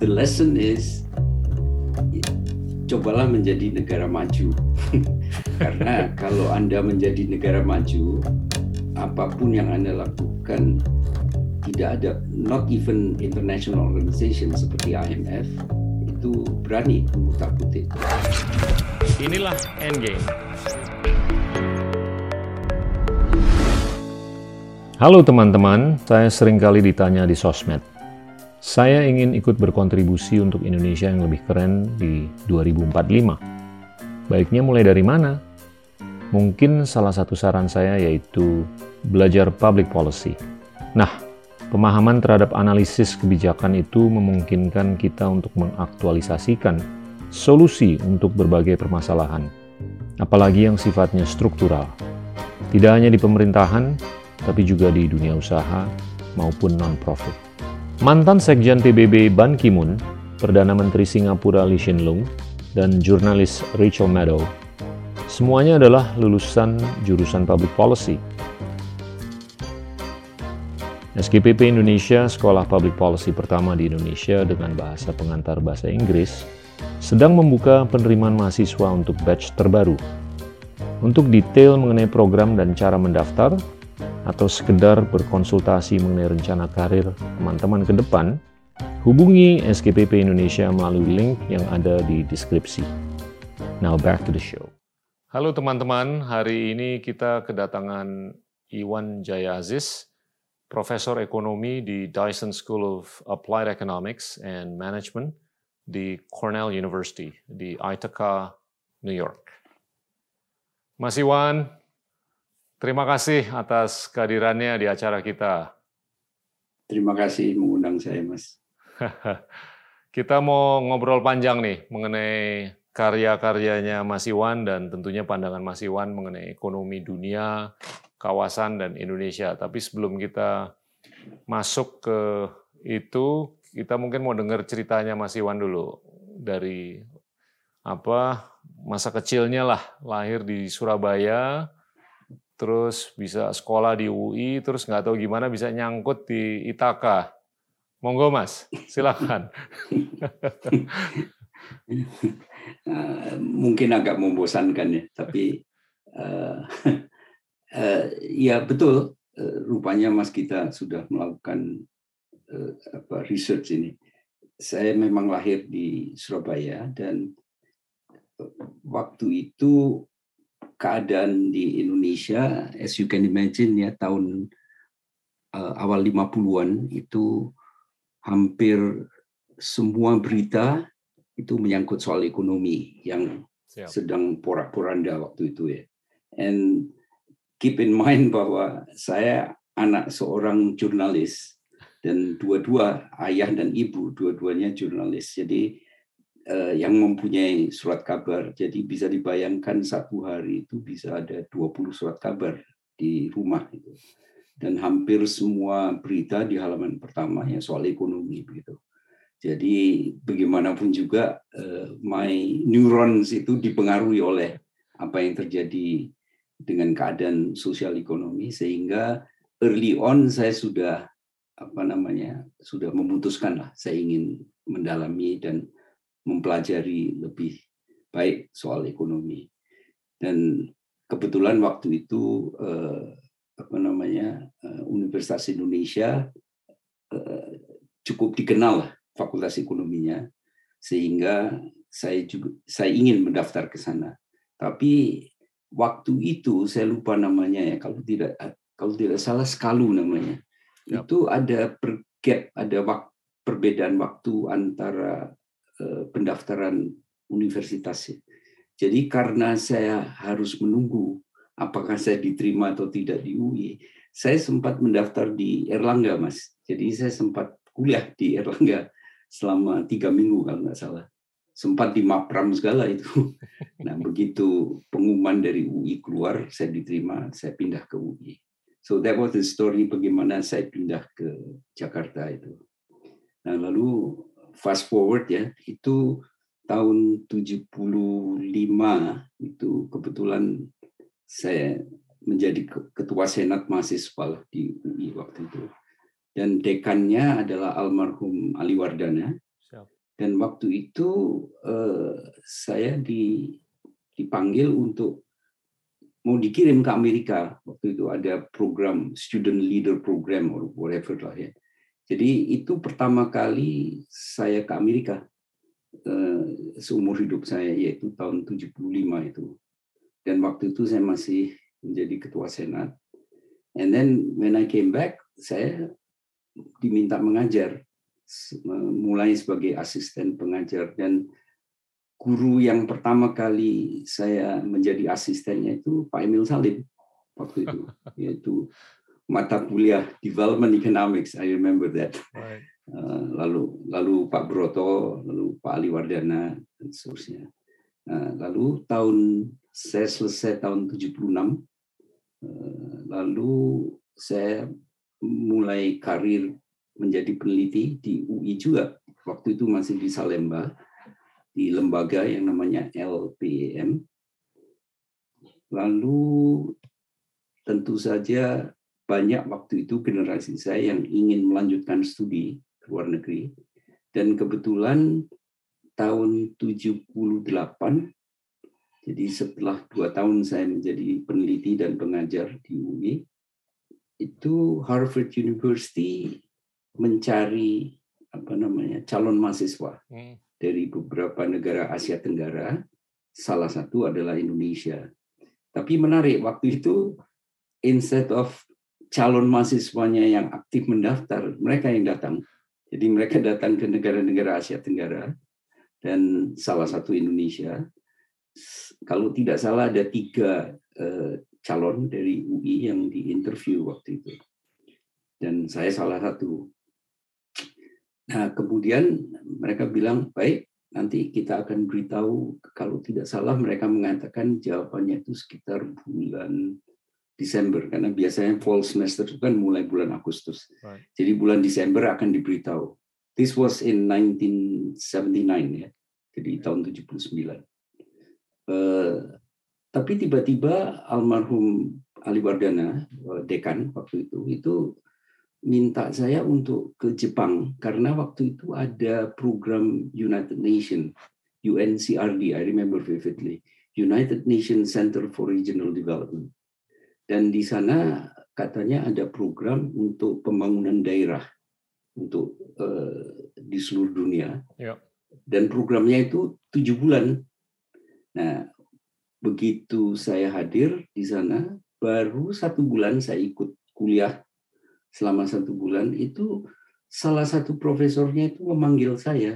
the lesson is cobalah menjadi negara maju. Karena kalau Anda menjadi negara maju, apapun yang Anda lakukan, tidak ada, not even international organization seperti IMF, itu berani mengutak-utik. Inilah Endgame. Halo teman-teman, saya seringkali ditanya di sosmed. Saya ingin ikut berkontribusi untuk Indonesia yang lebih keren di 2045. Baiknya mulai dari mana? Mungkin salah satu saran saya yaitu belajar public policy. Nah, pemahaman terhadap analisis kebijakan itu memungkinkan kita untuk mengaktualisasikan solusi untuk berbagai permasalahan, apalagi yang sifatnya struktural. Tidak hanya di pemerintahan, tapi juga di dunia usaha maupun non-profit. Mantan Sekjen PBB Ban Ki-moon, Perdana Menteri Singapura Lee Hsien Loong, dan jurnalis Rachel Maddow, semuanya adalah lulusan jurusan Public Policy. SKPP Indonesia, sekolah Public Policy pertama di Indonesia dengan bahasa pengantar bahasa Inggris, sedang membuka penerimaan mahasiswa untuk batch terbaru. Untuk detail mengenai program dan cara mendaftar, atau sekedar berkonsultasi mengenai rencana karir teman-teman ke depan, hubungi SKPP Indonesia melalui link yang ada di deskripsi. Now back to the show. Halo teman-teman, hari ini kita kedatangan Iwan Jaya Aziz, Profesor Ekonomi di Dyson School of Applied Economics and Management di Cornell University di Ithaca, New York. Mas Iwan, terima kasih atas kehadirannya di acara kita. Terima kasih mengundang saya, Mas. Kita mau ngobrol panjang nih mengenai karya-karyanya Mas Iwan dan tentunya pandangan Mas Iwan mengenai ekonomi dunia, kawasan, dan Indonesia. Tapi sebelum kita masuk ke itu, kita mungkin mau dengar ceritanya Mas Iwan dulu. Dari masa kecilnya lah, lahir di Surabaya, terus bisa sekolah di UI, terus nggak tahu gimana bisa nyangkut di Ithaca. Monggo Mas, silakan. Mungkin agak membosankan ya, tapi ya betul, rupanya Mas kita sudah melakukan research ini. Saya memang lahir di Surabaya dan waktu itu keadaan di Indonesia, as you can imagine ya, tahun awal 50-an itu hampir semua berita itu menyangkut soal ekonomi yang sedang porak-poranda waktu itu ya. And keep in mind bahwa saya anak seorang jurnalis dan dua-dua ayah dan ibu dua-duanya jurnalis. Jadi yang mempunyai surat kabar. Jadi bisa dibayangkan satu hari itu bisa ada 20 surat kabar di rumah itu. Dan hampir semua berita di halaman pertama ya soal ekonomi begitu. Jadi bagaimanapun juga my neurons itu dipengaruhi oleh apa yang terjadi dengan keadaan sosial ekonomi, sehingga early on saya sudah sudah memutuskan lah saya ingin mendalami dan mempelajari lebih baik soal ekonomi. Dan kebetulan waktu itu Universitas Indonesia cukup dikenal fakultas ekonominya, sehingga saya ingin mendaftar ke sana. Tapi waktu itu saya lupa namanya ya, kalau tidak salah Skalu namanya. Yep. Itu ada perbedaan waktu antara pendaftaran universitas. Jadi karena saya harus menunggu apakah saya diterima atau tidak di UI, saya sempat mendaftar di Erlangga, Mas. Jadi saya sempat kuliah di Erlangga selama 3 minggu kalau nggak salah. Sempat di Mapram segala itu. Nah, begitu pengumuman dari UI keluar, saya diterima, saya pindah ke UI. So that was the story bagaimana saya pindah ke Jakarta itu. Nah, lalu fast forward ya, itu tahun 75 itu kebetulan saya menjadi ketua senat mahasiswa di UI waktu itu. Dan dekannya adalah almarhum Ali Wardana. Dan waktu itu saya dipanggil untuk mau dikirim ke Amerika. Waktu itu ada program Student Leader Program or whatever lah ya. Jadi itu pertama kali saya ke Amerika seumur hidup saya, yaitu tahun 75 itu. Dan waktu itu saya masih menjadi ketua Senat. And then when I came back, saya diminta mengajar, mulai sebagai asisten pengajar. Dan guru yang pertama kali saya menjadi asistennya itu Pak Emil Salim waktu itu, yaitu mata kuliah Development Economics. I remember that. Right. Lalu Pak Broto, lalu Pak Ali Wardana, dan seterusnya. Lalu saya selesai tahun 76, lalu saya mulai karir menjadi peneliti di UI juga. Waktu itu masih di Salemba, di lembaga yang namanya LPM. Lalu tentu saja banyak waktu itu generasi saya yang ingin melanjutkan studi ke luar negeri. Dan kebetulan tahun 78, jadi setelah 2 tahun saya menjadi peneliti dan pengajar di UI, itu Harvard University mencari calon mahasiswa dari beberapa negara Asia Tenggara, salah satu adalah Indonesia. Tapi menarik, waktu itu instead of calon mahasiswanya yang aktif mendaftar, mereka yang datang. Jadi mereka datang ke negara-negara Asia Tenggara dan salah satu Indonesia. Kalau tidak salah ada 3 calon dari UI yang diinterview waktu itu. Dan saya salah satu. Nah, kemudian mereka bilang, baik, nanti kita akan beritahu, kalau tidak salah mereka mengatakan jawabannya itu sekitar bulan Desember, karena biasanya fall semester itu kan mulai bulan Agustus. Right. Jadi bulan Desember akan diberitahu. This was in 1979 ya, jadi tahun 79. Tapi tiba-tiba almarhum Ali Wardana, dekan waktu itu minta saya untuk ke Jepang karena waktu itu ada program United Nations, UNCRD, I remember vividly, United Nations Center for Regional Development. Dan di sana katanya ada program untuk pembangunan daerah untuk di seluruh dunia. Yep. Dan programnya itu 7 bulan. Nah, begitu saya hadir di sana, baru 1 bulan saya ikut kuliah. Selama 1 bulan itu salah satu profesornya itu memanggil saya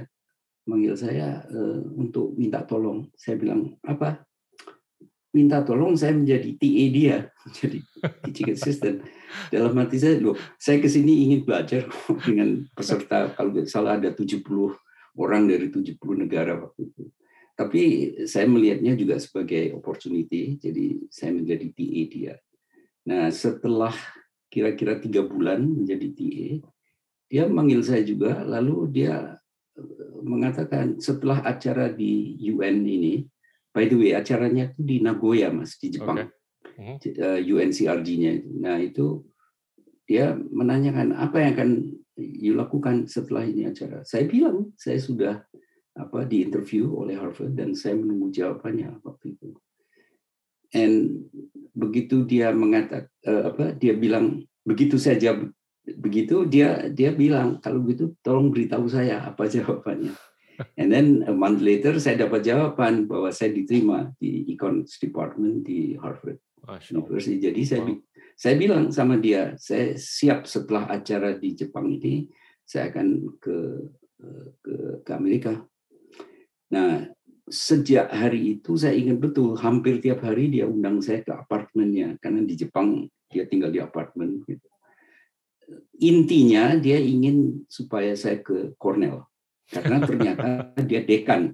untuk minta tolong. Saya bilang, apa? Minta tolong saya menjadi TA dia, jadi teaching assistant. Dalam hati saya, saya kesini ingin belajar dengan peserta, kalau tidak salah ada 70 orang dari 70 negara waktu itu. Tapi saya melihatnya juga sebagai opportunity, jadi saya menjadi TA dia. Nah, setelah kira-kira 3 bulan menjadi TA, dia manggil saya juga, lalu dia mengatakan setelah acara di UN ini, by the way, acaranya itu di Nagoya, Mas, di Jepang, UNCRD-nya. Nah, itu dia menanyakan apa yang akan dilakukan setelah ini acara. Saya bilang, saya sudah diinterview oleh Harvard dan saya menunggu jawabannya waktu itu. And begitu dia mengatakan dia bilang begitu saya jawab begitu dia bilang kalau begitu tolong beritahu saya apa jawabannya. And then a month later saya dapat jawaban bahwa saya diterima di Econs Department di Harvard University. Jadi saya bilang sama dia, saya siap setelah acara di Jepang ini saya akan ke Amerika. Nah, sejak hari itu saya ingat betul, hampir tiap hari dia undang saya ke apartemennya, karena di Jepang dia tinggal di apartemen. Gitu. Intinya dia ingin supaya saya ke Cornell, karena ternyata dia dekan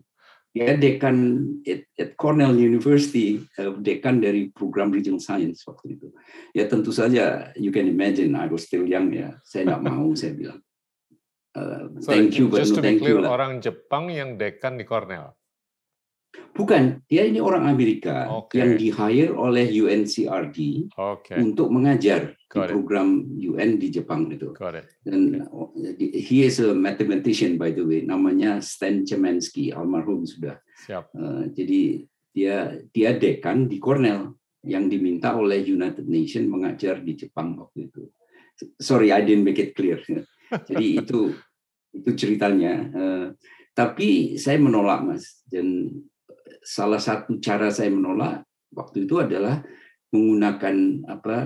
at Cornell University, dekan dari program Regional Science waktu itu. Ya tentu saja, you can imagine, I was still young ya, saya nggak mau, saya bilang. Thank you, but no thank you. Orang Jepang yang dekan di Cornell. Bukan, dia ini orang Amerika yang di-hire oleh UNCRD untuk mengajar di program UN di Jepang itu. Dan he is a mathematician by the way, namanya Stan Chemansky, almarhum sudah. Jadi dia dekan di Cornell yang diminta oleh United Nations mengajar di Jepang waktu itu. Sorry, I didn't make it clear. Jadi itu ceritanya. Tapi saya menolak, Mas. Dan salah satu cara saya menolak waktu itu adalah menggunakan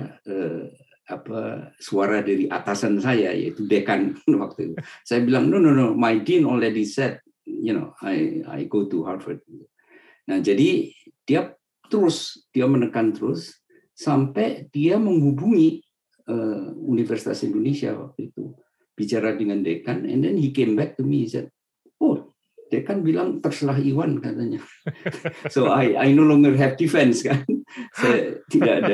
suara dari atasan saya, yaitu dekan waktu itu. Saya bilang no, my dean already said, I go to Harvard. Nah, jadi dia menekan terus sampai dia menghubungi Universitas Indonesia waktu itu, bicara dengan dekan, and then he came back to me, he said, oh, dekan bilang terserah Iwan katanya. So I no longer have defense kan. Saya tidak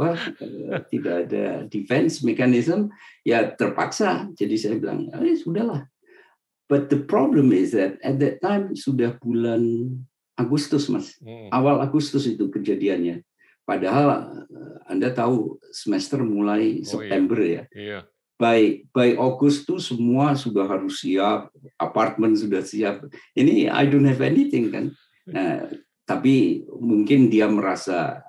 ada defense mechanism, ya terpaksa. Jadi saya bilang, sudahlah. But the problem is that at that time sudah bulan Agustus, Mas. Awal Agustus itu kejadiannya. Padahal Anda tahu semester mulai September ya. By Agustus semua sudah harus siap, apartemen sudah siap. Ini I don't have anything kan. Nah, tapi mungkin dia merasa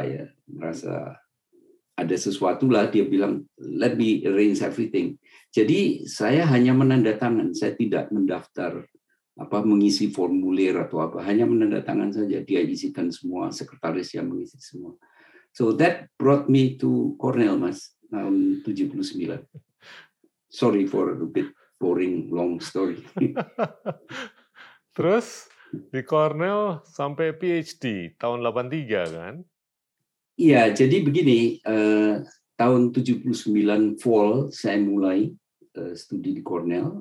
ada sesuatu lah, dia bilang let me arrange everything. Jadi saya hanya menandatangan, saya tidak mendaftar mengisi formulir atau apa, hanya menandatangan saja. Dia isikan semua, sekretaris yang mengisi semua. So that brought me to Cornell, Mas, tahun 79. Sorry for a bit boring long story. Terus di Cornell sampai PhD tahun 83 kan? Iya, jadi begini, tahun 79 fall saya mulai studi di Cornell.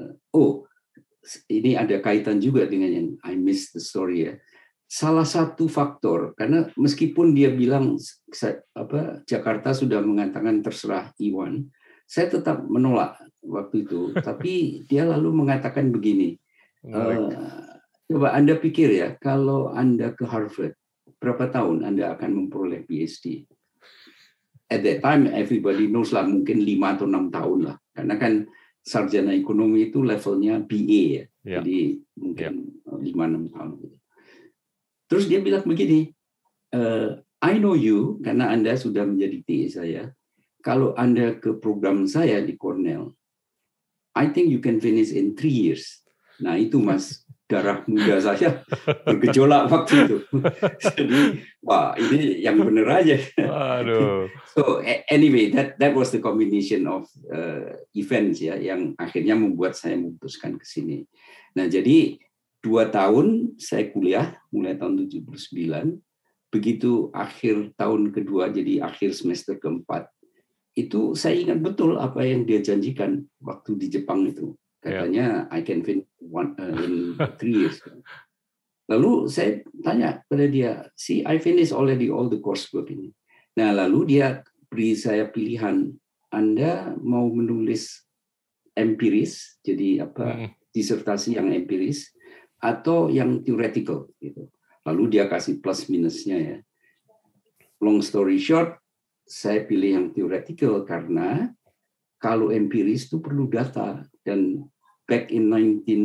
Ini ada kaitan juga dengan yang I missed the story ya. Salah satu faktor, karena meskipun dia bilang Jakarta sudah mengatakan terserah Iwan, saya tetap menolak waktu itu. Tapi dia lalu mengatakan begini, coba Anda pikir ya, kalau Anda ke Harvard, berapa tahun Anda akan memperoleh PhD? At that time everybody knows lah, mungkin 5 atau 6 tahun lah, karena kan sarjana ekonomi itu levelnya BA ya, jadi mungkin 5-6 tahun. Terus dia bilang begini, I know you, karena Anda sudah menjadi TA saya, kalau Anda ke program saya di Cornell, I think you can finish in 3 years. Nah itu Mas, darah muda saya bergejolak waktu itu. Jadi, wah ini yang benar aja. Aduh. So anyway, that was the combination of events ya, yang akhirnya membuat saya memutuskan ke sini. Nah jadi 2 tahun saya kuliah, mulai tahun 79. Begitu akhir tahun kedua, jadi akhir semester keempat, itu saya ingat betul apa yang dia janjikan waktu di Jepang itu. Katanya I can finish in 3 years. Lalu saya tanya pada dia, see I finish already all the coursework ini. Nah lalu dia beri saya pilihan, Anda mau menulis empiris, jadi disertasi yang empiris, atau yang theoretical gitu. Lalu dia kasih plus minusnya ya. Long story short, saya pilih yang theoretical karena kalau empiris itu perlu data, dan back in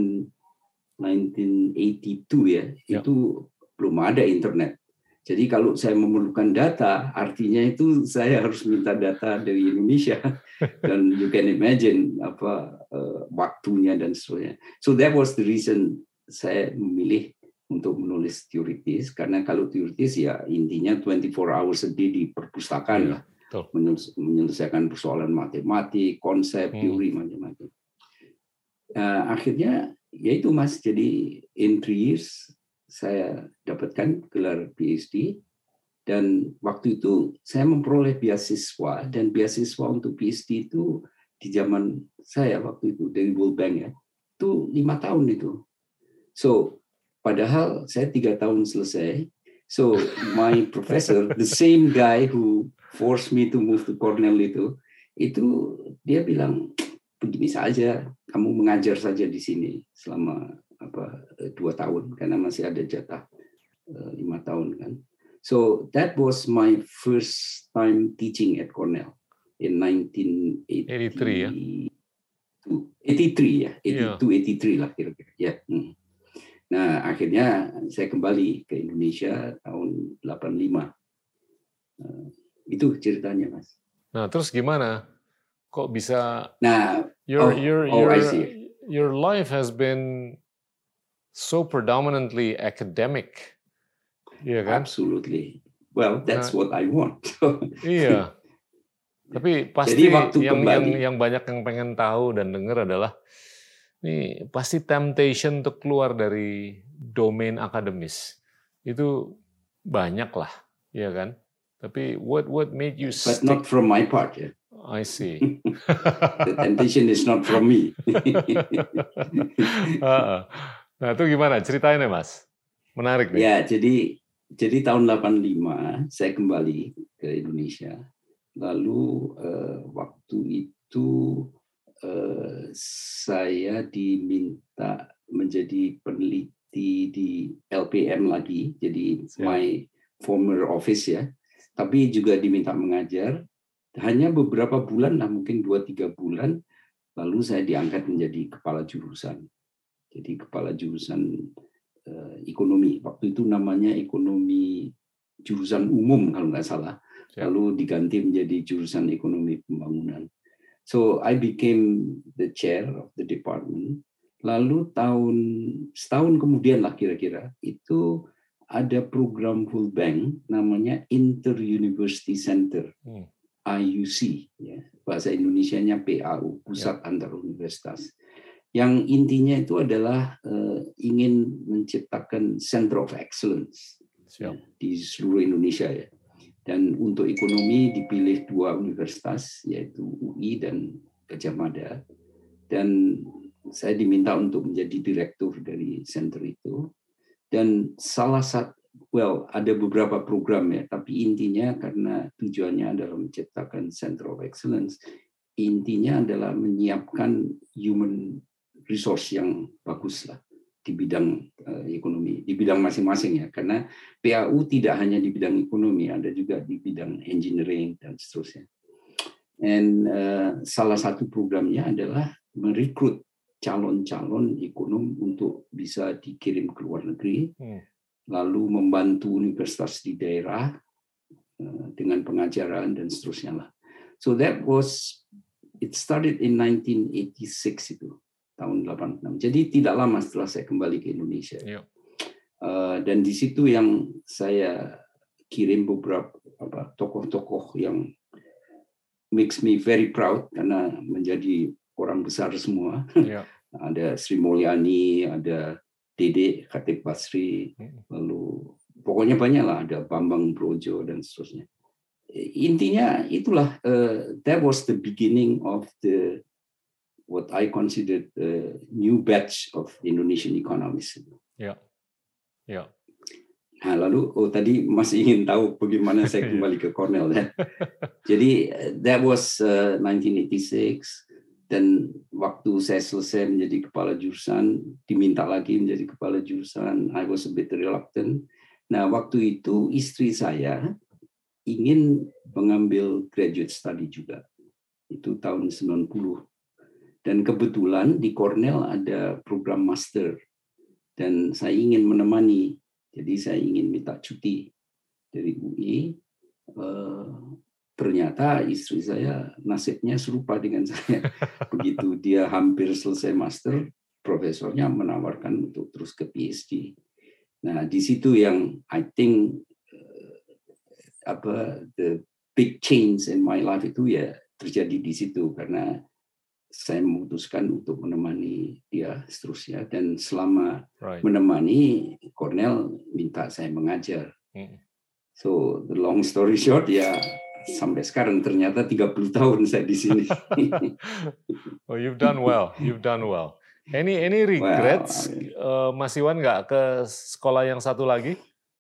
1982 ya, itu belum ada internet. Jadi kalau saya memerlukan data, artinya itu saya harus minta data dari Indonesia, dan you can imagine waktunya dan sebagainya. So that was the reason saya memilih untuk menulis teoritis, karena kalau teoritis ya intinya 24 hours a day di perpustakaan lah. Menyelesaikan persoalan matematik, konsep, teori, macam-macam. Akhirnya ya itu Mas, jadi in 3 years saya dapatkan gelar PhD, dan waktu itu saya memperoleh beasiswa, dan beasiswa untuk PhD itu di zaman saya waktu itu dari World Bank ya, itu 5 tahun itu. So padahal saya 3 tahun selesai. So my professor, the same guy who forced me to move to Cornell itu dia bilang begini saja, kamu mengajar saja di sini selama 2 tahun karena masih ada jatah 5 tahun kan. So that was my first time teaching at Cornell in 1983 ya. 83 ya, 83 lah kira-kira ya. Nah, akhirnya saya kembali ke Indonesia tahun 85. Itu ceritanya, Mas. Nah, terus gimana? Kok bisa? Nah, your life has been so predominantly academic, iya kan? Absolutely. Well, that's what I want. Iya. Tapi pasti waktu yang banyak yang pengen tahu dan dengar adalah ini pasti temptation untuk keluar dari domain akademis itu banyak lah, ya kan? Tapi what made you stick? But not from my part, ya. I see. The temptation is not from me. Nah, itu gimana? Ceritain ya, Mas. Menarik nih. Ya, jadi tahun 85 saya kembali ke Indonesia. Lalu waktu itu saya diminta menjadi peneliti di LPM lagi, jadi my former office ya. Tapi juga diminta mengajar. Hanya beberapa bulan lah, mungkin 2-3 bulan, lalu saya diangkat menjadi kepala jurusan. Jadi kepala jurusan ekonomi. Waktu itu namanya ekonomi jurusan umum kalau nggak salah. Lalu diganti menjadi jurusan ekonomi pembangunan. So I became the chair of the department. Lalu setahun kemudian lah kira-kira itu ada program World Bank namanya Inter University Center, IUC, ya, bahasa Indonesianya PAU, Pusat Antar Universitas. Yang intinya itu adalah ingin menciptakan Center of Excellence di seluruh Indonesia ya. Dan untuk ekonomi dipilih 2 universitas, yaitu UI dan Gadjah Mada. Dan saya diminta untuk menjadi direktur dari center itu. Dan ada beberapa program ya, tapi intinya karena tujuannya adalah menciptakan Center of Excellence, intinya adalah menyiapkan human resource yang bagus lah di bidang ekonomi, di bidang masing-masing ya, karena PAU tidak hanya di bidang ekonomi, ada juga di bidang engineering dan seterusnya. Dan salah satu programnya adalah merekrut calon-calon ekonom untuk bisa dikirim ke luar negeri, lalu membantu universitas di daerah dengan pengajaran dan seterusnya lah. So it started in 1986 itu. Tahun 86. Jadi tidak lama setelah saya kembali ke Indonesia. Dan di situ yang saya kirim beberapa tokoh-tokoh yang makes me very proud karena menjadi orang besar semua. Ada Sri Mulyani, ada Dede Khatib Basri, lalu pokoknya banyak lah, ada Bambang Brojo dan seterusnya. Intinya itulah that was the beginning of what I consider the new batch of Indonesian economists. Nah, lalu tadi masih ingin tahu bagaimana saya kembali ke Cornell ya. Jadi that was 1986, dan waktu saya selesai menjadi kepala jurusan, diminta lagi menjadi kepala jurusan, I was a bit reluctant. Nah, waktu itu istri saya ingin mengambil graduate study juga. Itu tahun 90. Dan kebetulan di Cornell ada program master, dan saya ingin menemani. Jadi saya ingin minta cuti dari UI. Ternyata istri saya nasibnya serupa dengan saya. Begitu dia hampir selesai master, profesornya menawarkan untuk terus ke PhD. Nah, di situ yang I think the big change in my life itu ya terjadi di situ, karena saya memutuskan untuk menemani dia seterusnya, dan selama menemani Cornell minta saya mengajar. So the long story short ya sampai sekarang ternyata 30 tahun saya di sini. Oh, you've done well. Any regrets, Mas Iwan, nggak ke sekolah yang satu lagi?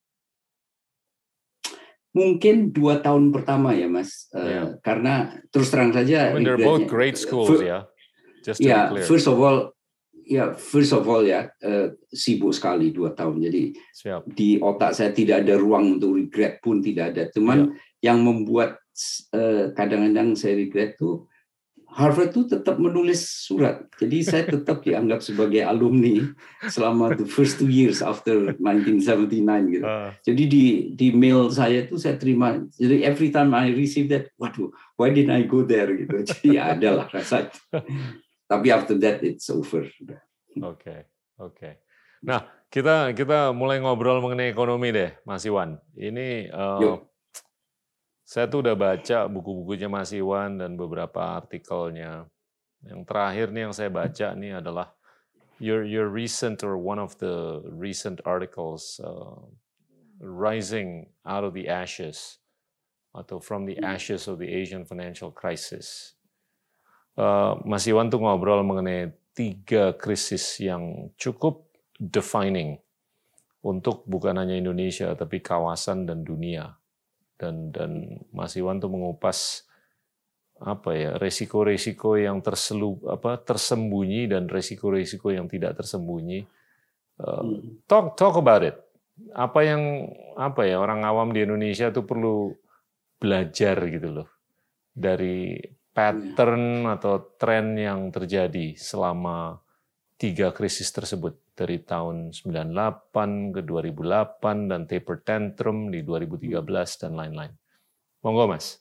Mungkin 2 tahun pertama ya, Mas. Karena terus terang saja, they're both great schools, ya. Just to be clear. First of all, Ya, first of all ya, sibuk sekali 2 tahun. Jadi di otak saya tidak ada ruang untuk regret pun tidak ada. Cuman yang membuat kadang-kadang saya regret tuh Harvard tuh tetap menulis surat. Jadi saya tetap dianggap sebagai alumni selama the first 2 years after 1979 gitu. Jadi di mail saya tuh saya terima. Jadi every time I receive that, waduh, why didn't I go there gitu. Jadi ya ada lah rasa. Tapi after that it's over. Oke. Nah, kita mulai ngobrol mengenai ekonomi deh, Mas Iwan. Ini saya tuh udah baca buku-bukunya Mas Iwan dan beberapa artikelnya. Yang terakhir nih yang saya baca nih adalah your recent or one of the recent articles, Rising Out of the Ashes atau From the Ashes of the Asian Financial Crisis. Mas Iwan tuh ngobrol mengenai 3 krisis yang cukup defining untuk bukan hanya Indonesia tapi kawasan dan dunia. Dan Mas Iwan tuh mengupas resiko-resiko yang tersembunyi dan resiko-resiko yang tidak tersembunyi. Talk about it. Apa yang orang awam di Indonesia tuh perlu belajar gitu loh dari pattern atau tren yang terjadi selama 3 krisis tersebut dari tahun 98 ke 2008 dan taper tantrum di 2013 dan lain-lain. Monggo Mas.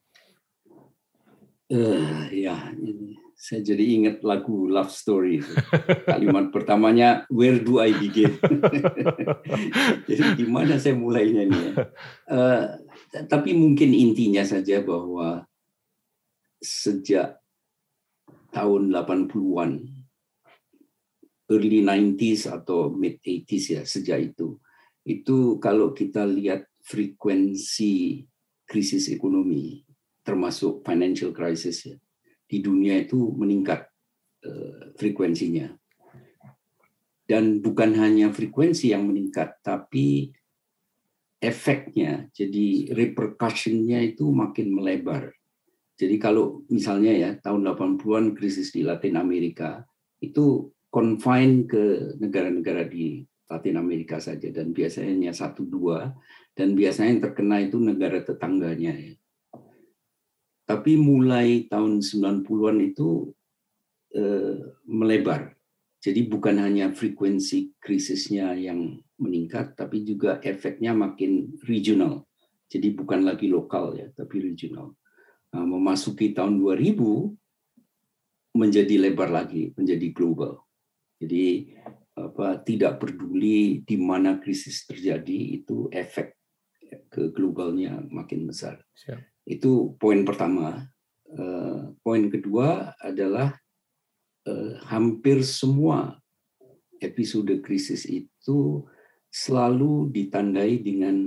Saya jadi ingat lagu Love Story. Kalimat pertamanya, where do I begin? Jadi gimana saya mulainya nih? Tapi mungkin intinya saja bahwa sejak tahun 80-an, early 90s atau mid 80s ya, sejak itu kalau kita lihat frekuensi krisis ekonomi termasuk financial crisis ya, di dunia itu meningkat frekuensinya. Dan bukan hanya frekuensi yang meningkat tapi efeknya, jadi repercussion-nya itu makin melebar. Jadi kalau misalnya ya tahun 80-an krisis di Latin Amerika itu confine ke negara-negara di Latin Amerika saja dan biasanya 1-2 dan biasanya yang terkena itu negara tetangganya ya. Tapi mulai tahun 90-an itu melebar. Jadi bukan hanya frekuensi krisisnya yang meningkat tapi juga efeknya makin regional. Jadi bukan lagi lokal ya, tapi regional. Nah, memasuki tahun 2000 menjadi lebar lagi, menjadi global. Jadi tidak peduli di mana krisis terjadi, itu efek ke globalnya makin besar. Siap. Itu poin pertama. Poin kedua adalah hampir semua episode krisis itu selalu ditandai dengan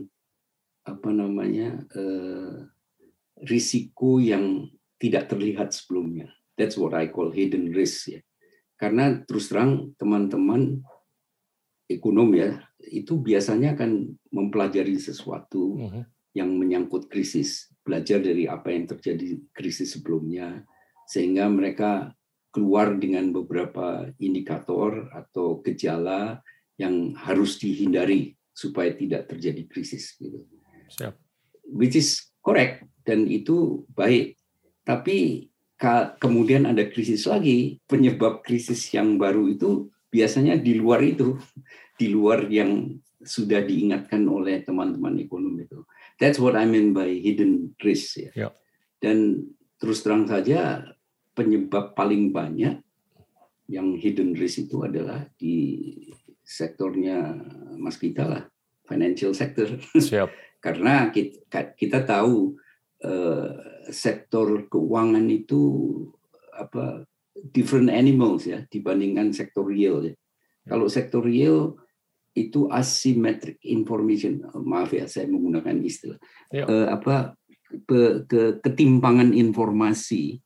risiko yang tidak terlihat sebelumnya. That's what I call hidden risk ya. Karena terus terang teman-teman ekonom ya, itu biasanya akan mempelajari sesuatu yang menyangkut krisis, belajar dari apa yang terjadi krisis sebelumnya, sehingga mereka keluar dengan beberapa indikator atau gejala yang harus dihindari supaya tidak terjadi krisis. Gitu. Siap. Which is correct, dan itu baik. Tapi kemudian ada krisis lagi, penyebab krisis yang baru itu biasanya di luar itu, di luar yang sudah diingatkan oleh teman-teman ekonomi itu. That's what I mean by hidden risk. Ya. Yeah. Dan terus terang saja penyebab paling banyak yang hidden risk itu adalah di sektornya Mas Gita lah, financial sector. Siap. Karena kita tahu sektor keuangan itu different animals ya dibandingkan sektor real ya. Kalau sektor real itu asymmetric information, maaf ya saya menggunakan istilah ketimpangan informasi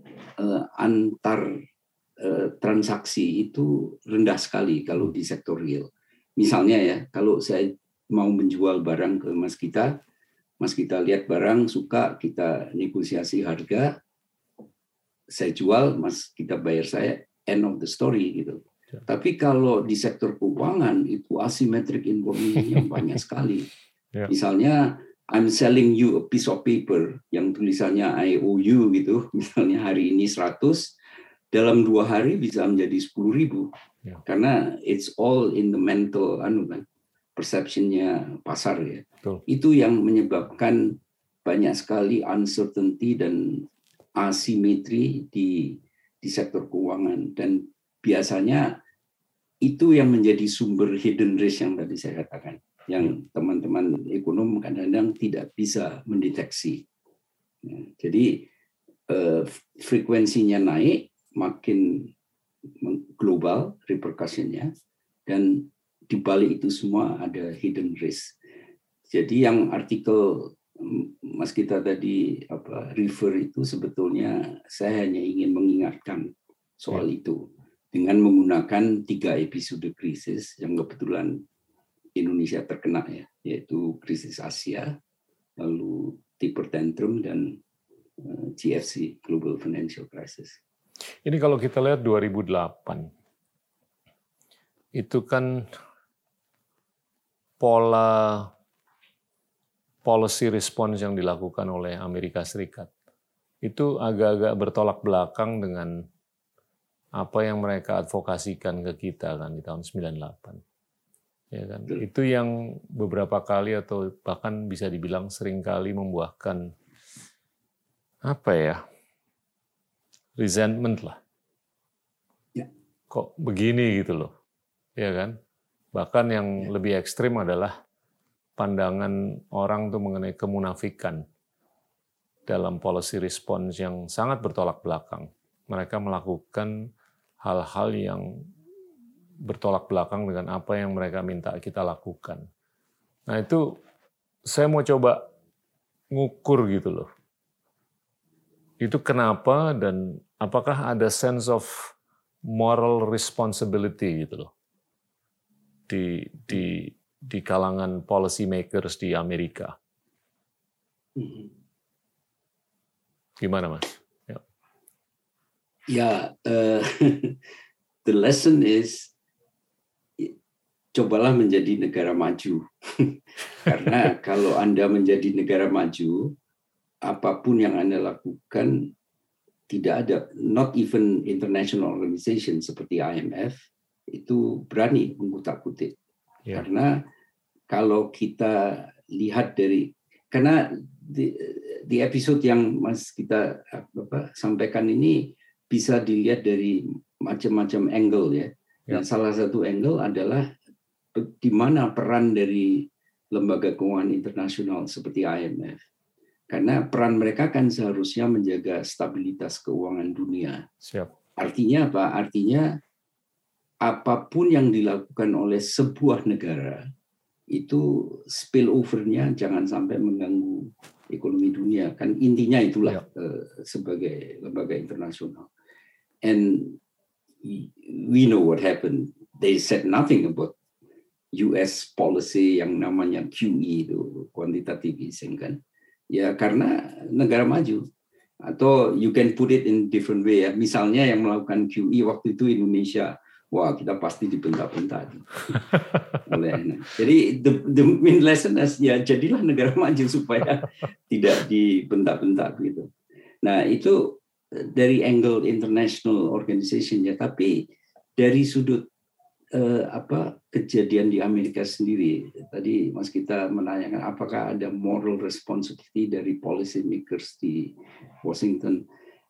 antar transaksi itu rendah sekali kalau di sektor real. Misalnya ya, kalau saya mau menjual barang ke Mas Gita lihat barang, suka, kita negosiasi harga, saya jual, Mas Gita bayar saya, end of the story gitu. Tapi kalau di sektor keuangan itu asymmetric information banyak sekali. Misalnya I'm selling you a piece of paper yang tulisannya IOU gitu, misalnya hari ini 100, dalam 2 hari bisa menjadi 10.000. Karena it's all in the mental perception-nya pasar ya. Itu yang menyebabkan banyak sekali uncertainty dan asimetri di sektor keuangan, dan biasanya itu yang menjadi sumber hidden risk yang tadi saya katakan, yang teman-teman ekonom kadang-kadang tidak bisa mendeteksi. Jadi frekuensinya naik, makin global repercussion-nya, dan di balik itu semua ada hidden risk. Jadi yang artikel Mas Gita tadi refer itu sebetulnya saya hanya ingin mengingatkan soal itu dengan menggunakan 3 episode krisis yang kebetulan Indonesia terkena ya, yaitu krisis Asia, lalu taper tantrum, dan GFC, Global Financial Crisis. Ini kalau kita lihat 2008, itu kan pola policy response yang dilakukan oleh Amerika Serikat itu agak-agak bertolak belakang dengan apa yang mereka advokasikan ke kita kan di tahun 98. Ya kan? Itu yang beberapa kali atau bahkan bisa dibilang sering kali membuahkan resentment lah. Kok begini gitu loh. Ya kan? Bahkan yang lebih ekstrim adalah pandangan orang tuh mengenai kemunafikan dalam policy response yang sangat bertolak belakang. Mereka melakukan hal-hal yang bertolak belakang dengan apa yang mereka minta kita lakukan. Nah itu saya mau coba ngukur gitu loh. Itu kenapa dan apakah ada sense of moral responsibility gitu loh di kalangan policy makers di Amerika. Gimana Mas? The lesson is cobalah menjadi negara maju. Karena kalau Anda menjadi negara maju, apapun yang Anda lakukan, tidak ada, not even international organization seperti IMF, itu berani mengutak-kutik. Karena kalau kita lihat karena di episode yang Mas kita sampaikan ini bisa dilihat dari macam-macam angle ya. Dan salah satu angle adalah di mana peran dari lembaga keuangan internasional seperti IMF. Karena peran mereka kan seharusnya menjaga stabilitas keuangan dunia. Artinya apa? Artinya apapun yang dilakukan oleh sebuah negara itu spillover-nya jangan sampai mengganggu ekonomi dunia. Kan intinya itulah sebagai lembaga internasional. And we know what happened. They said nothing about US policy yang namanya QE itu, quantitative easing kan. Ya karena negara maju. Atau you can put it in different way ya. Misalnya yang melakukan QE waktu itu Indonesia, wah kita pasti dibentak-bentak. Jadi the main lesson is ya jadilah negara maju supaya tidak dibentak-bentak gitu. Nah itu dari angle international organization ya, tapi dari sudut kejadian di Amerika sendiri, tadi Mas kita menanyakan apakah ada moral responsibility dari policy makers di Washington.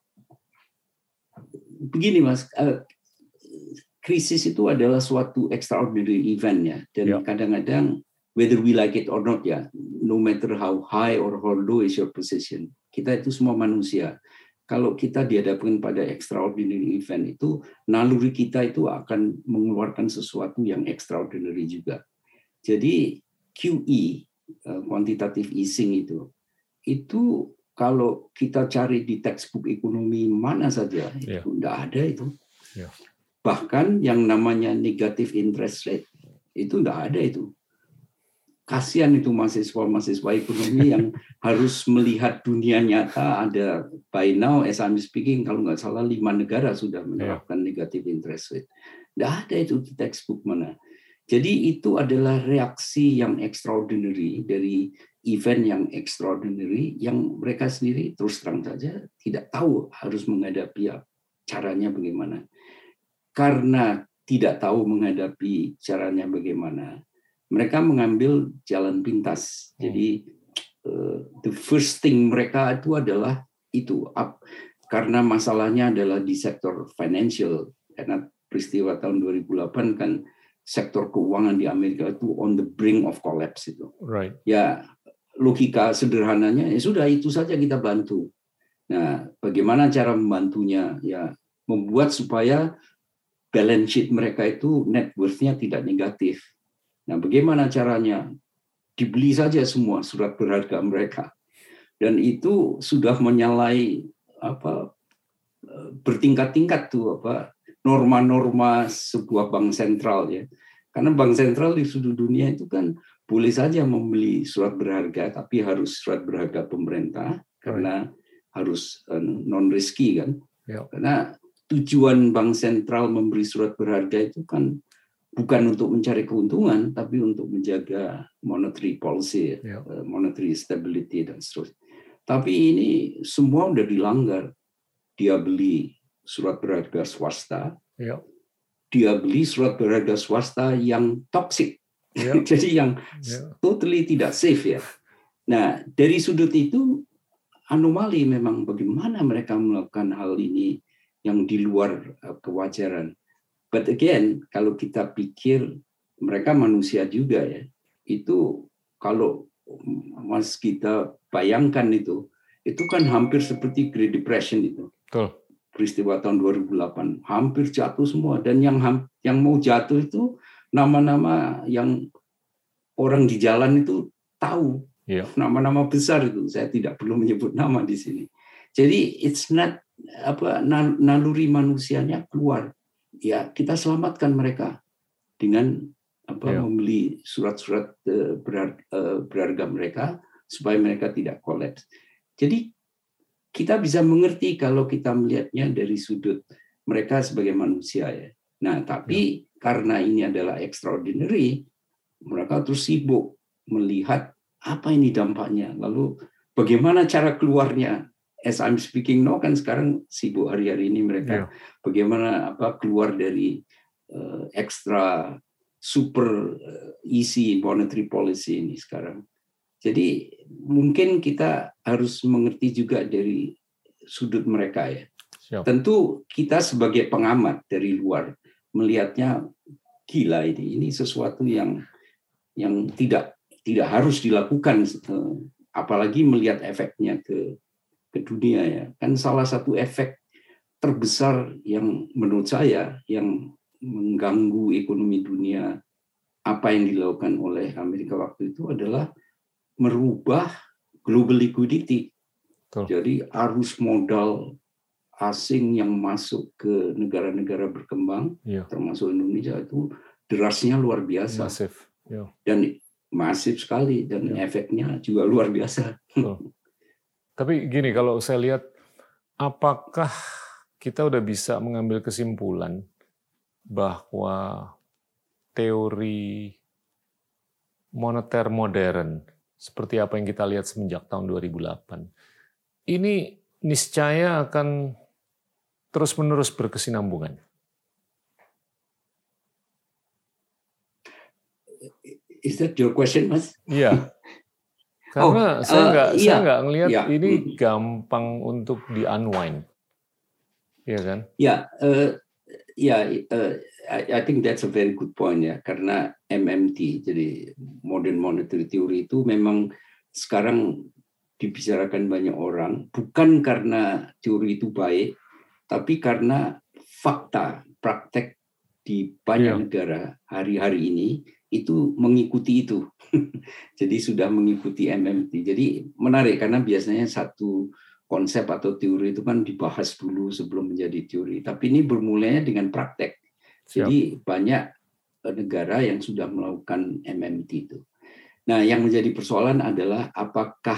Begini Mas, krisis itu adalah suatu extraordinary event ya, dan kadang-kadang whether we like it or not ya, no matter how high or how low is your position, kita itu semua manusia. Kalau kita dihadapkan pada extraordinary event itu, naluri kita itu akan mengeluarkan sesuatu yang extraordinary juga. Jadi QE, quantitative easing itu kalau kita cari di textbook ekonomi mana saja, itu tidak ada itu. Bahkan yang namanya negative interest rate, itu tidak ada itu. Kasihan itu mahasiswa-mahasiswa ekonomi yang harus melihat dunia nyata. Ada by now as I'm speaking kalau nggak salah 5 negara sudah menerapkan negative interest rate. Nggak ada itu di textbook mana. Jadi itu adalah reaksi yang extraordinary dari event yang extraordinary yang mereka sendiri terus terang saja tidak tahu harus menghadapi caranya bagaimana. Karena tidak tahu menghadapi caranya bagaimana, mereka mengambil jalan pintas. Jadi the first thing mereka itu adalah itu, karena masalahnya adalah di sektor financial, karena peristiwa tahun 2008 kan sektor keuangan di Amerika itu on the brink of collapse itu. Right. Ya logika sederhananya ya sudah itu saja kita bantu. Nah, bagaimana cara membantunya? Ya membuat supaya balance sheet mereka itu net worth-nya tidak negatif. Nah, bagaimana caranya? Dibeli saja semua surat berharga mereka. Dan itu sudah menyalahi bertingkat-tingkat tuh norma-norma sebuah bank sentral ya. Karena bank sentral di seluruh dunia itu kan boleh saja membeli surat berharga, tapi harus surat berharga pemerintah karena harus non-risky kan. Karena tujuan bank sentral memberi surat berharga itu kan bukan untuk mencari keuntungan, tapi untuk menjaga monetary policy, monetary stability dan seterusnya. Tapi ini semua udah dilanggar. Dia beli surat berharga swasta, dia beli surat berharga swasta yang toxic, jadi yang totally tidak safe ya. Nah dari sudut itu anomali memang bagaimana mereka melakukan hal ini yang di luar kewajaran. But again, kalau kita pikir mereka manusia juga ya, itu kalau mas kita bayangkan itu kan hampir seperti Great Depression itu. Betul. Peristiwa tahun 2008 hampir jatuh semua, dan yang mau jatuh itu nama-nama yang orang di jalan itu tahu, nama-nama besar itu. Saya tidak perlu menyebut nama di sini. Jadi it's not naluri manusianya keluar. Ya kita selamatkan mereka dengan membeli surat-surat berharga mereka supaya mereka tidak kolaps. Jadi kita bisa mengerti kalau kita melihatnya dari sudut mereka sebagai manusia ya. Nah, tapi karena ini adalah extraordinary, mereka terus sibuk melihat apa ini dampaknya, lalu bagaimana cara keluarnya. As I'm speaking now kan sekarang sibuk hari-hari ini mereka bagaimana keluar dari extra super easy monetary policy ini sekarang. Jadi mungkin kita harus mengerti juga dari sudut mereka ya. Tentu kita sebagai pengamat dari luar melihatnya gila ini sesuatu yang tidak harus dilakukan, apalagi melihat efeknya ke dunia ya. Kan salah satu efek terbesar yang menurut saya yang mengganggu ekonomi dunia apa yang dilakukan oleh Amerika waktu itu adalah merubah global liquidity. Jadi arus modal asing yang masuk ke negara-negara berkembang, termasuk Indonesia itu derasnya luar biasa. Masif. Dan masif sekali dan efeknya juga luar biasa. Tapi gini, kalau saya lihat, apakah kita udah bisa mengambil kesimpulan bahwa teori moneter modern seperti apa yang kita lihat semenjak tahun 2008, ini niscaya akan terus-menerus berkesinambungan? Is that your question, Mas? Iya. Karena saya nggak ngelihat ini gampang untuk di-unwind. Iya kan? I think that's a very good point ya, karena MMT, jadi Modern Monetary Theory itu memang sekarang dibicarakan banyak orang, bukan karena teori itu baik, tapi karena fakta, praktek di banyak negara hari-hari ini itu mengikuti itu. Jadi sudah mengikuti MMT. Jadi menarik karena biasanya satu konsep atau teori itu kan dibahas dulu sebelum menjadi teori. Tapi ini bermulanya dengan praktek. Jadi banyak negara yang sudah melakukan MMT itu. Nah, yang menjadi persoalan adalah apakah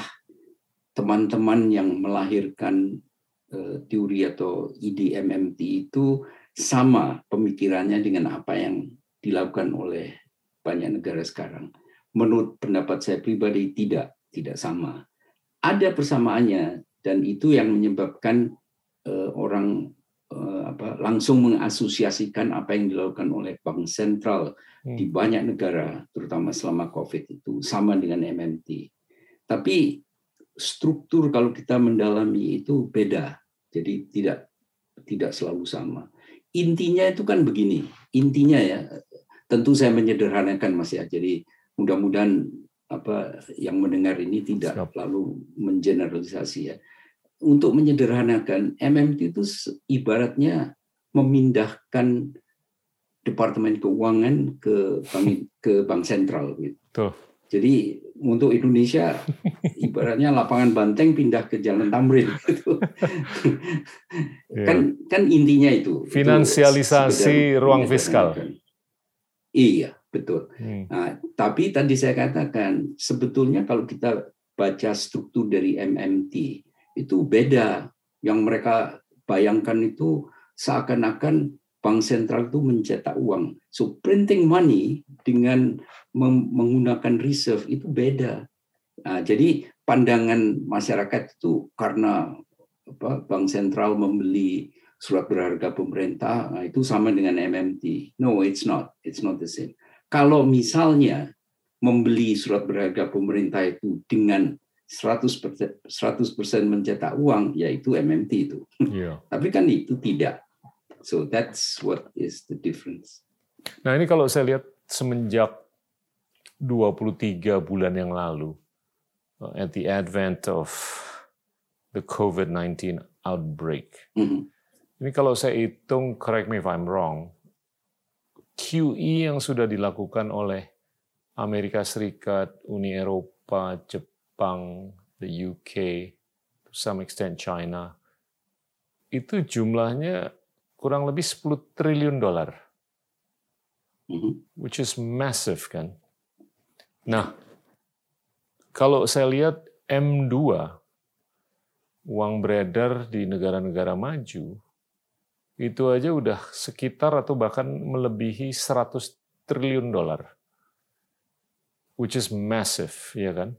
teman-teman yang melahirkan teori atau ide MMT itu sama pemikirannya dengan apa yang dilakukan oleh banyak negara sekarang. Menurut pendapat saya pribadi tidak sama. Ada persamaannya, dan itu yang menyebabkan orang langsung mengasosiasikan apa yang dilakukan oleh bank sentral di banyak negara, terutama selama COVID itu sama dengan MMT. Tapi struktur kalau kita mendalami itu beda, jadi tidak selalu sama. Intinya itu kan begini, intinya ya, tentu saya menyederhanakan Mas ya, jadi mudah-mudahan yang mendengar ini tidak lalu mengeneralisasi ya. Untuk menyederhanakan, MMT itu ibaratnya memindahkan Departemen Keuangan ke bank sentral gitu. Jadi untuk Indonesia ibaratnya lapangan banteng pindah ke Jalan Tamrin gitu. Kan intinya itu. Finansialisasi ruang fiskal. Iya, betul. Nah, tapi tadi saya katakan sebetulnya kalau kita baca struktur dari MMT itu beda. Yang mereka bayangkan itu seakan-akan bank sentral itu mencetak uang. So printing money dengan menggunakan reserve itu beda. Nah, jadi pandangan masyarakat itu karena bank sentral membeli surat berharga pemerintah, nah itu sama dengan MMT. No, it's not. It's not the same. Kalau misalnya membeli surat berharga pemerintah itu dengan 100% mencetak uang, yaitu MMT itu. Tapi kan itu tidak. So that's what is the difference. Nah ini kalau saya lihat semenjak 23 bulan yang lalu, at the advent of the COVID-19 outbreak, ini kalau saya hitung, correct me if I'm wrong, QE yang sudah dilakukan oleh Amerika Serikat, Uni Eropa, Jepang, the UK, to some extent China, itu jumlahnya kurang lebih $10 triliun, which is massive kan. Nah, kalau saya lihat M2, uang beredar di negara-negara maju, itu aja udah sekitar atau bahkan melebihi $100 triliun, which is massive, ya kan?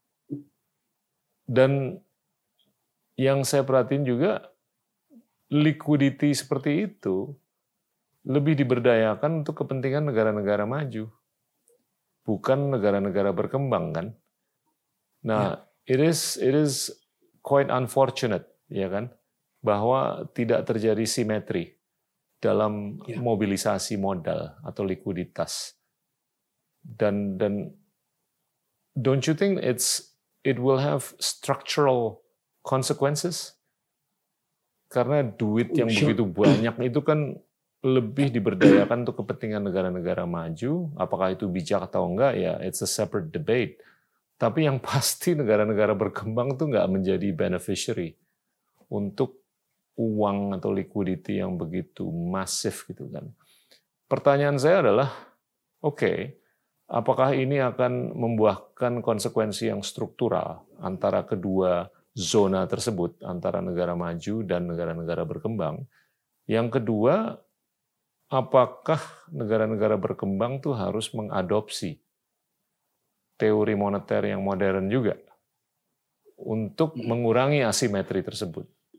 Dan yang saya perhatiin juga, liquidity seperti itu lebih diberdayakan untuk kepentingan negara-negara maju, bukan negara-negara berkembang kan? Nah, it is quite unfortunate, ya kan, bahwa tidak terjadi simetri dalam mobilisasi modal atau likuiditas. Dan don't you think it will have structural consequences? Karena duit yang begitu banyak itu kan lebih diberdayakan untuk kepentingan negara-negara maju. Apakah itu bijak atau enggak, ya it's a separate debate. Tapi yang pasti negara-negara berkembang tuh nggak menjadi beneficiary untuk uang atau liquidity yang begitu masif gitu kan. Pertanyaan saya adalah, oke, apakah ini akan membuahkan konsekuensi yang struktural antara kedua zona tersebut, antara negara maju dan negara-negara berkembang? Yang kedua, apakah negara-negara berkembang tuh harus mengadopsi teori moneter yang modern juga untuk mengurangi asimetri tersebut?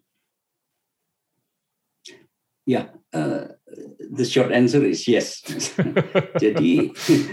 Ya, the short answer is yes. Jadi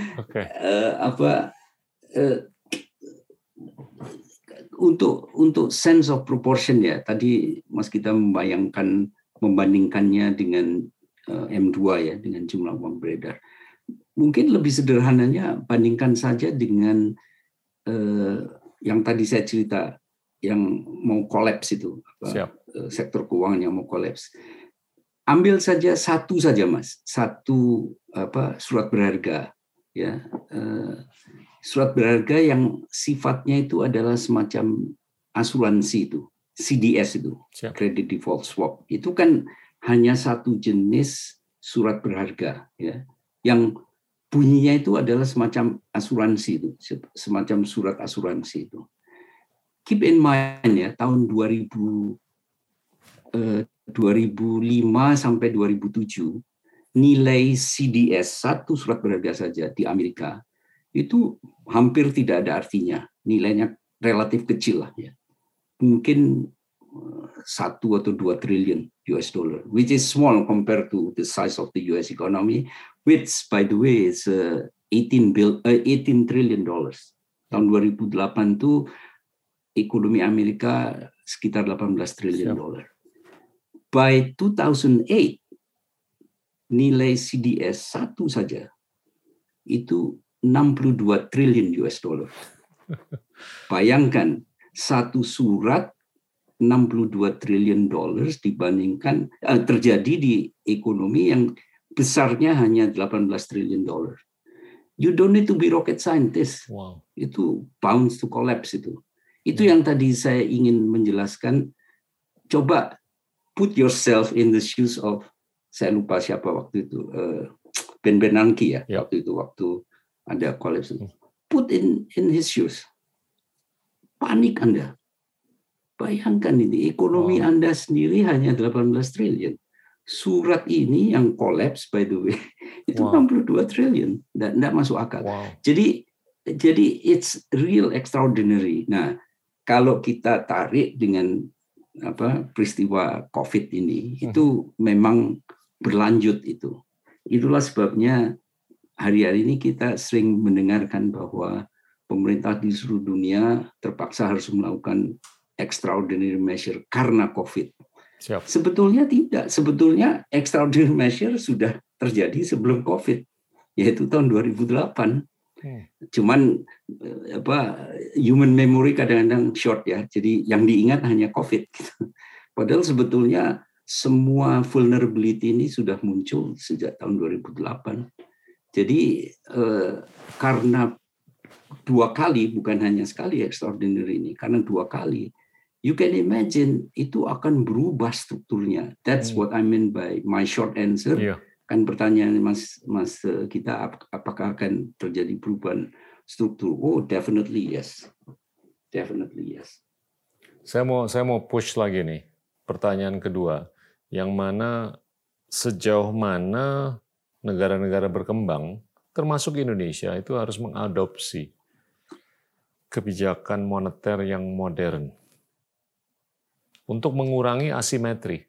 untuk sense of proportion ya, tadi Mas kita membandingkannya dengan M2 ya, dengan jumlah uang beredar. Mungkin lebih sederhananya bandingkan saja dengan yang tadi saya cerita, yang mau kolaps itu, sektor keuangan yang mau kolaps. Ambil saja satu saja Mas, satu surat berharga ya, surat berharga yang sifatnya itu adalah semacam asuransi itu, CDS itu, credit default swap, itu kan hanya satu jenis surat berharga ya, yang bunyinya itu adalah semacam asuransi itu, semacam surat asuransi itu. Keep in mind ya, tahun 2008 2005 sampai 2007 nilai CDS satu surat berharga saja di Amerika itu hampir tidak ada artinya, nilainya relatif kecil lah ya, mungkin 1 atau 2 triliun US dollar, which is small compared to the size of the US economy, which by the way is 18 trillion dollars. Tahun 2008 itu ekonomi Amerika sekitar 18 triliun dolar. By 2008 nilai CDS satu saja itu 62 triliun US dollar. Bayangkan satu surat 62 triliun dolar dibandingkan terjadi di ekonomi yang besarnya hanya 18 triliun dolar. You don't need to be rocket scientist. Wow. Itu bound to collapse itu. Itu yang tadi saya ingin menjelaskan. Coba put yourself in the shoes of, saya lupa siapa waktu itu, Ben Bernanke ya, waktu itu, waktu ada collapse. Put in his shoes. Panik Anda. Bayangkan ini, ekonomi Anda sendiri hanya 18 triliun. Surat ini yang collapse, by the way, itu 62 triliun. Tidak masuk akal. Jadi it's real extraordinary. Nah, kalau kita tarik dengan peristiwa COVID ini, itu memang berlanjut itu. Itulah sebabnya hari-hari ini kita sering mendengarkan bahwa pemerintah di seluruh dunia terpaksa harus melakukan extraordinary measure karena COVID. Siap. Sebetulnya tidak. Sebetulnya extraordinary measure sudah terjadi sebelum COVID, yaitu tahun 2008. Cuman human memory kadang-kadang short ya, jadi yang diingat hanya COVID. Padahal sebetulnya semua vulnerability ini sudah muncul sejak tahun 2008. Jadi karena 2 kali, bukan hanya sekali extraordinary ini, karena 2 kali, you can imagine itu akan berubah strukturnya. That's what I mean by my short answer. Yeah. Kan pertanyaan Mas kita, apakah akan terjadi perubahan struktur? Oh, definitely yes. Definitely yes. Saya mau push lagi nih. Pertanyaan kedua, yang mana sejauh mana negara-negara berkembang, termasuk Indonesia, itu harus mengadopsi kebijakan moneter yang modern untuk mengurangi asimetri.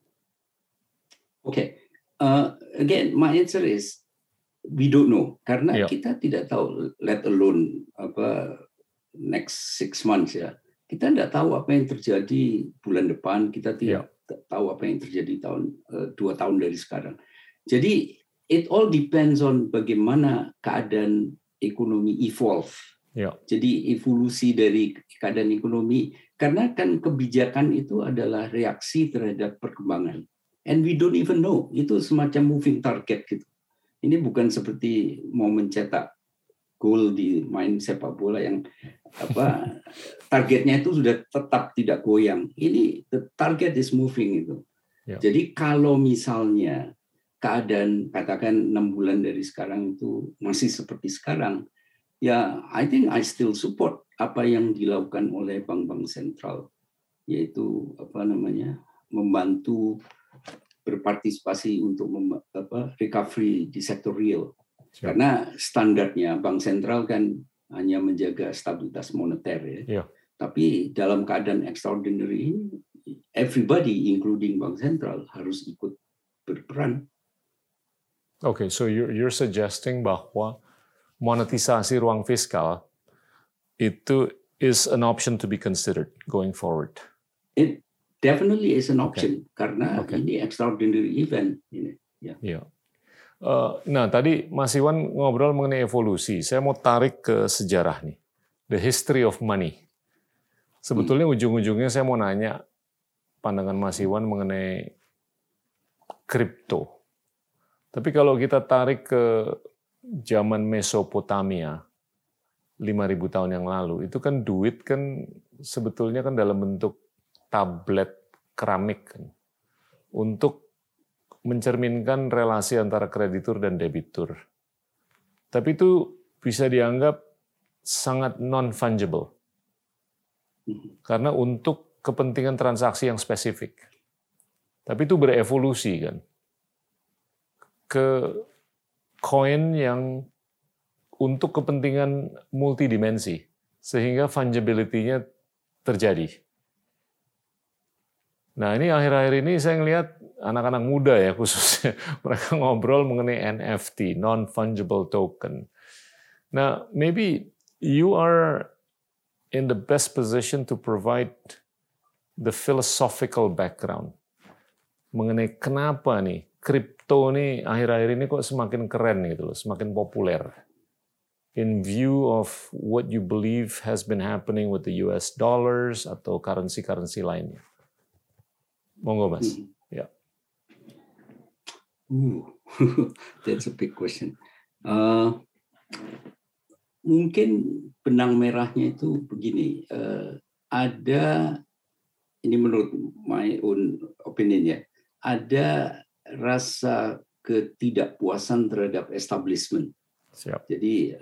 Oke. Again, my answer is we don't know, karena kita tidak tahu, let alone next 6 months ya. Kita tidak tahu apa yang terjadi bulan depan, kita tidak tahu apa yang terjadi 2 tahun dari sekarang. Jadi it all depends on bagaimana keadaan ekonomi evolve. Jadi evolusi dari keadaan ekonomi, karena kan kebijakan itu adalah reaksi terhadap perkembangan. And we don't even know, itu semacam moving target gitu. Ini bukan seperti mau mencetak gol di main sepak bola yang targetnya itu sudah tetap tidak goyang. Ini the target is moving itu. Jadi kalau misalnya keadaan katakan 6 bulan dari sekarang itu masih seperti sekarang, ya I think I still support apa yang dilakukan oleh bank-bank sentral, yaitu membantu berpartisipasi untuk recovery di sektor real. Karena standarnya bank sentral kan hanya menjaga stabilitas moneter ya. Tapi dalam keadaan extraordinary ini, everybody including bank sentral harus ikut berperan. Okay, so you're suggesting bahwa monetisasi ruang fiskal itu is an option to be considered going forward. It definitely is an option karena ini extraordinary event ini. Nah, tadi Mas Iwan ngobrol mengenai evolusi. Saya mau tarik ke sejarah nih, the history of money. Sebetulnya ujung-ujungnya saya mau nanya pandangan Mas Iwan mengenai kripto. Tapi kalau kita tarik ke zaman Mesopotamia, 5.000 tahun yang lalu, itu kan duit kan sebetulnya kan dalam bentuk tablet keramik kan, untuk mencerminkan relasi antara kreditur dan debitur. Tapi itu bisa dianggap sangat non-fungible. Karena untuk kepentingan transaksi yang spesifik. Tapi itu berevolusi kan ke koin yang untuk kepentingan multidimensi, sehingga fungibility-nya terjadi. Nah, ini akhir-akhir ini saya ngelihat anak-anak muda ya khususnya, mereka ngobrol mengenai NFT, non-fungible token. Nah, maybe you are in the best position to provide the philosophical background mengenai kenapa nih kripto nih akhir-akhir ini kok semakin keren gitu loh, semakin populer. In view of what you believe has been happening with the US dollars atau currency-currency lainnya. Monggo, Mas. Ya. That's a big question. Mungkin benang merahnya itu begini. Ada, ini menurut my own opinion ya, ada rasa ketidakpuasan terhadap establishment. Siap. Jadi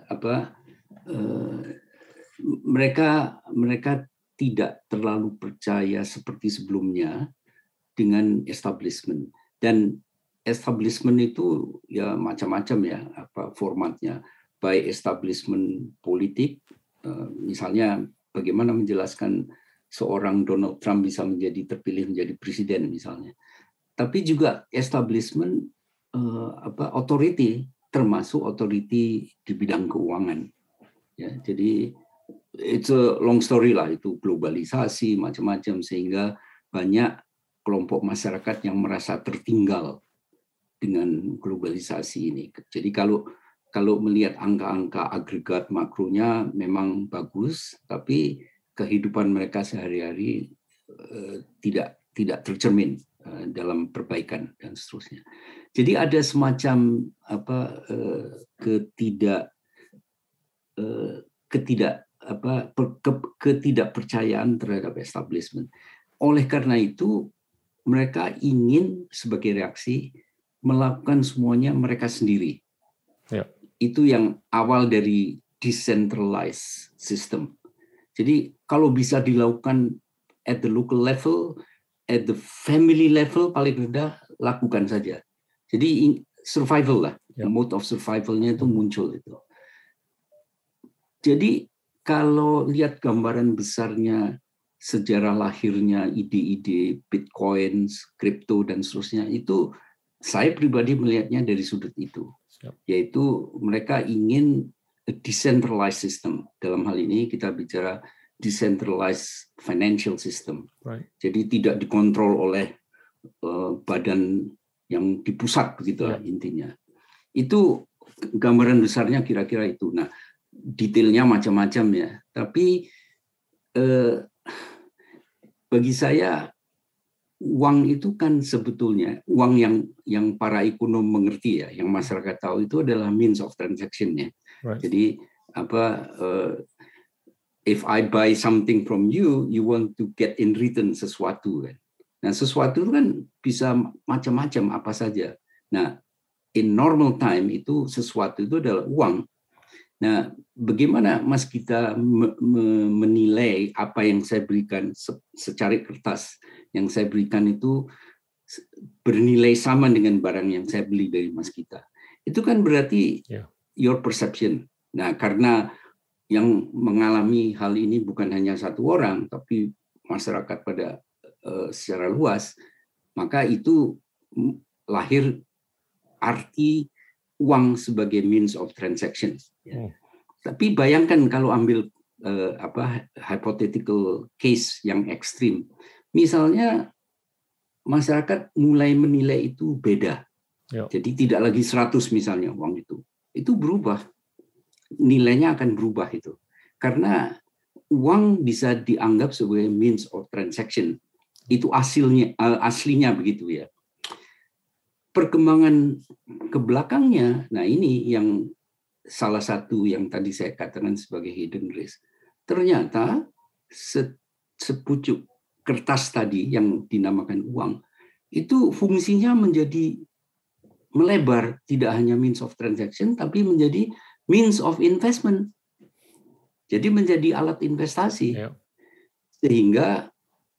mereka tidak terlalu percaya seperti sebelumnya dengan establishment, dan establishment itu ya macam-macam ya formatnya, baik establishment politik, misalnya bagaimana menjelaskan seorang Donald Trump bisa terpilih menjadi presiden misalnya, tapi juga establishment authority, termasuk authority di bidang keuangan ya. Jadi it's a long story lah, itu globalisasi macam-macam, sehingga banyak kelompok masyarakat yang merasa tertinggal dengan globalisasi ini. Jadi kalau melihat angka-angka agregat makronya memang bagus, tapi kehidupan mereka sehari-hari tidak tercermin dalam perbaikan dan seterusnya. Jadi ada semacam ketidakpercayaan terhadap establishment. Oleh karena itu mereka ingin sebagai reaksi melakukan semuanya mereka sendiri. Ya. Itu yang awal dari decentralized system. Jadi kalau bisa dilakukan at the local level, at the family level paling rendah, lakukan saja. Jadi survival lah, mode of survival-nya itu muncul itu. Jadi kalau lihat gambaran besarnya sejarah lahirnya ide-ide Bitcoin, kripto dan seterusnya, itu saya pribadi melihatnya dari sudut itu, yaitu mereka ingin a decentralized system. Dalam hal ini kita bicara decentralized financial system. Right. Jadi tidak dikontrol oleh badan yang di pusat begitu intinya. Itu gambaran besarnya kira-kira itu. Nah, detailnya macam-macam ya. Tapi bagi saya uang itu kan sebetulnya uang yang para ekonom mengerti ya, yang masyarakat tahu itu adalah means of transaction ya. Right. Jadi if I buy something from you, you want to get in return sesuatu kan. Nah, sesuatu itu kan bisa macam-macam apa saja. Nah, in normal time itu sesuatu itu adalah uang. Nah, bagaimana Mas kita menilai apa yang saya berikan secari kertas yang saya berikan itu bernilai sama dengan barang yang saya beli dari Mas kita? Itu kan berarti your perception. Nah, karena yang mengalami hal ini bukan hanya satu orang, tapi masyarakat pada secara luas, maka itu lahir arti uang sebagai means of transaction. Tapi bayangkan kalau ambil hypothetical case yang ekstrim, misalnya masyarakat mulai menilai itu beda. Jadi tidak lagi 100 misalnya uang itu berubah, nilainya akan berubah itu, karena uang bisa dianggap sebagai means of transaction. Itu aslinya begitu ya. Perkembangan ke belakangnya, nah ini yang salah satu yang tadi saya katakan sebagai hidden risk. Ternyata sepucuk kertas tadi yang dinamakan uang, itu fungsinya menjadi melebar, tidak hanya means of transaction, tapi menjadi means of investment. Jadi menjadi alat investasi. Sehingga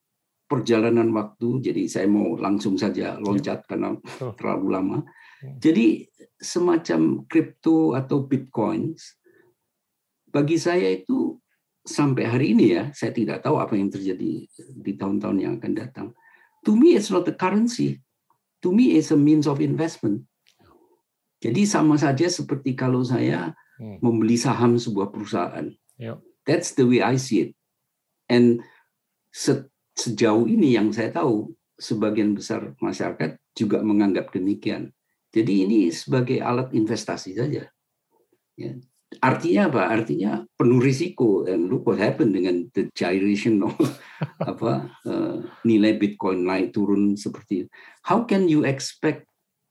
perjalanan waktu, jadi saya mau langsung saja loncat karena terlalu lama. Jadi semacam kripto atau Bitcoin, bagi saya itu sampai hari ini ya, saya tidak tahu apa yang terjadi di tahun-tahun yang akan datang. To me, it's not a currency. To me, it's a means of investment. Jadi sama saja seperti kalau saya membeli saham sebuah perusahaan. That's the way I see it. And sejauh ini yang saya tahu, sebagian besar masyarakat juga menganggap demikian. Jadi ini sebagai alat investasi saja. Ya. Artinya apa? Artinya penuh risiko. And look what happened dengan the gyration of nilai Bitcoin naik turun seperti itu. How can you expect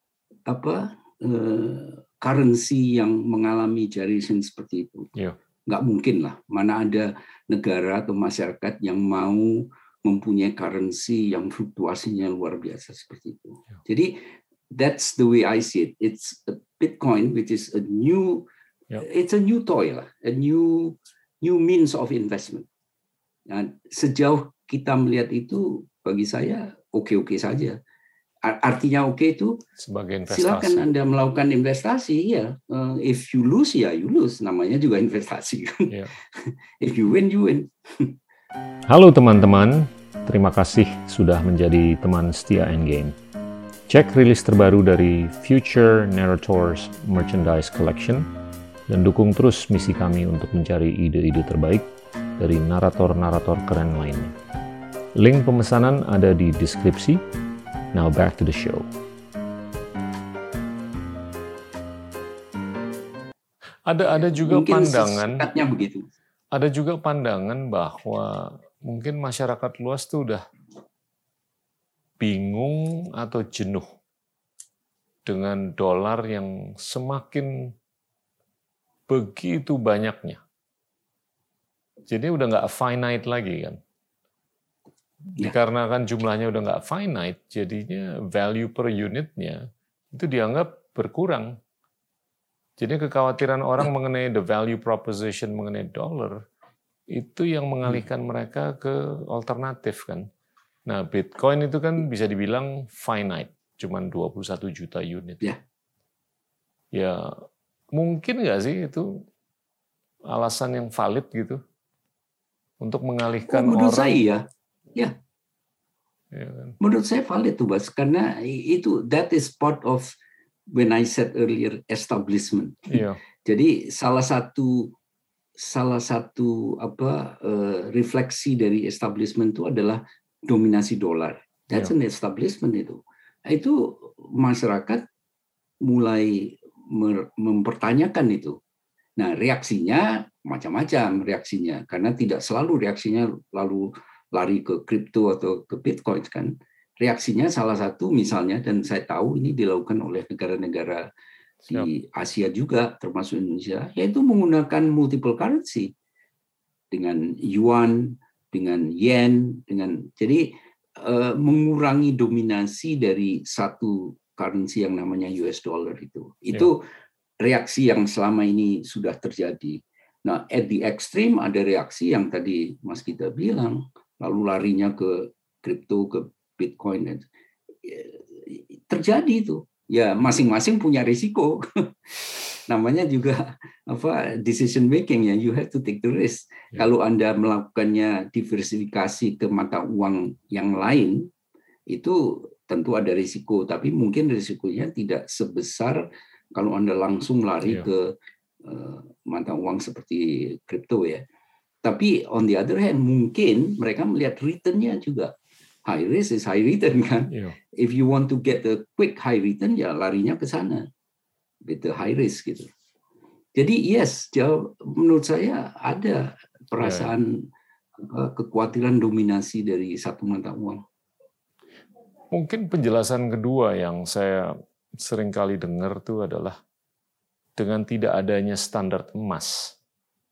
currency yang mengalami gyration seperti itu? Nggak mungkin lah. Mana ada negara atau masyarakat yang mau mempunyai currency yang fluktuasinya luar biasa seperti itu. Jadi that's the way I see it. It's a Bitcoin, which is a new, it's a new toy lah, a new means of investment. Nah, sejauh kita melihat itu, bagi saya oke-oke saja. Artinya oke itu sebagai investasi. Silakan Anda melakukan investasi ya. If you lose ya you lose, namanya juga investasi kan. If you win you win. Halo teman-teman, terima kasih sudah menjadi teman setia Endgame. Cek rilis terbaru dari Future Narrators Merchandise Collection dan dukung terus misi kami untuk mencari ide-ide terbaik dari narator-narator keren lainnya. Link pemesanan ada di deskripsi. Now back to the show. Ada juga mungkin pandangan. Begitu. Ada juga pandangan bahwa mungkin masyarakat luas tuh udah bingung atau jenuh dengan dolar yang semakin begitu banyaknya. Jadi udah nggak finite lagi kan. Dikarenakan jumlahnya udah nggak finite, jadinya value per unitnya itu dianggap berkurang. Jadi kekhawatiran orang mengenai the value proposition mengenai dollar itu yang mengalihkan mereka ke alternatif kan. Nah, Bitcoin itu kan bisa dibilang finite, cuman 21 juta unit. Ya mungkin nggak sih itu alasan yang valid gitu untuk mengalihkan menurut orang? Saya ya. Menurut saya valid tuh, Bas, karena itu that is part of when I said earlier establishment. Jadi salah satu refleksi dari establishment itu adalah dominasi dolar. That's an establishment itu. Itu masyarakat mulai mempertanyakan itu. Nah, reaksinya macam-macam reaksinya, karena tidak selalu reaksinya lalu lari ke kripto atau ke Bitcoin kan. Reaksinya salah satu misalnya, dan saya tahu ini dilakukan oleh negara-negara di Asia juga, termasuk Indonesia, yaitu menggunakan multiple currency dengan yuan, dengan yen, jadi mengurangi dominasi dari satu currency yang namanya US dollar itu. Itu reaksi yang selama ini sudah terjadi. Nah, at the extreme ada reaksi yang tadi Mas Gita bilang, lalu larinya ke kripto, ke Bitcoin. Terjadi itu. Ya, masing-masing punya risiko. Namanya juga decision making ya, you have to take the risk. Kalau Anda melakukannya diversifikasi ke mata uang yang lain, itu tentu ada risiko, tapi mungkin risikonya tidak sebesar kalau Anda langsung lari ke mata uang seperti kripto ya. Tapi on the other hand, mungkin mereka melihat return-nya juga. High risk is high return kan. If you want to get a quick high return, ya larinya ke sana. With the high risk gitu. Jadi yes, menurut saya ada perasaan kekhawatiran dominasi dari satu mata uang. Mungkin penjelasan kedua yang saya sering kali dengar tuh adalah dengan tidak adanya standar emas.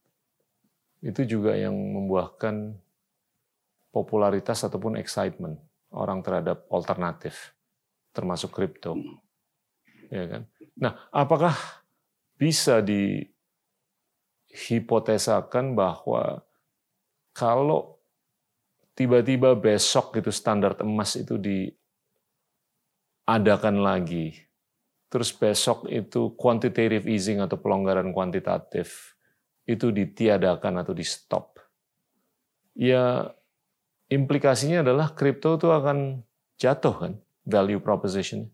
Itu juga yang membuahkan popularitas ataupun excitement orang terhadap alternatif, termasuk kripto. Ya kan? Nah, apakah bisa dihipotesakan bahwa kalau tiba-tiba besok itu standar emas itu diadakan lagi. Terus besok itu quantitative easing atau pelonggaran kuantitatif itu ditiadakan atau di-stop. Ya, implikasinya adalah kripto itu akan jatuh kan, value proposition.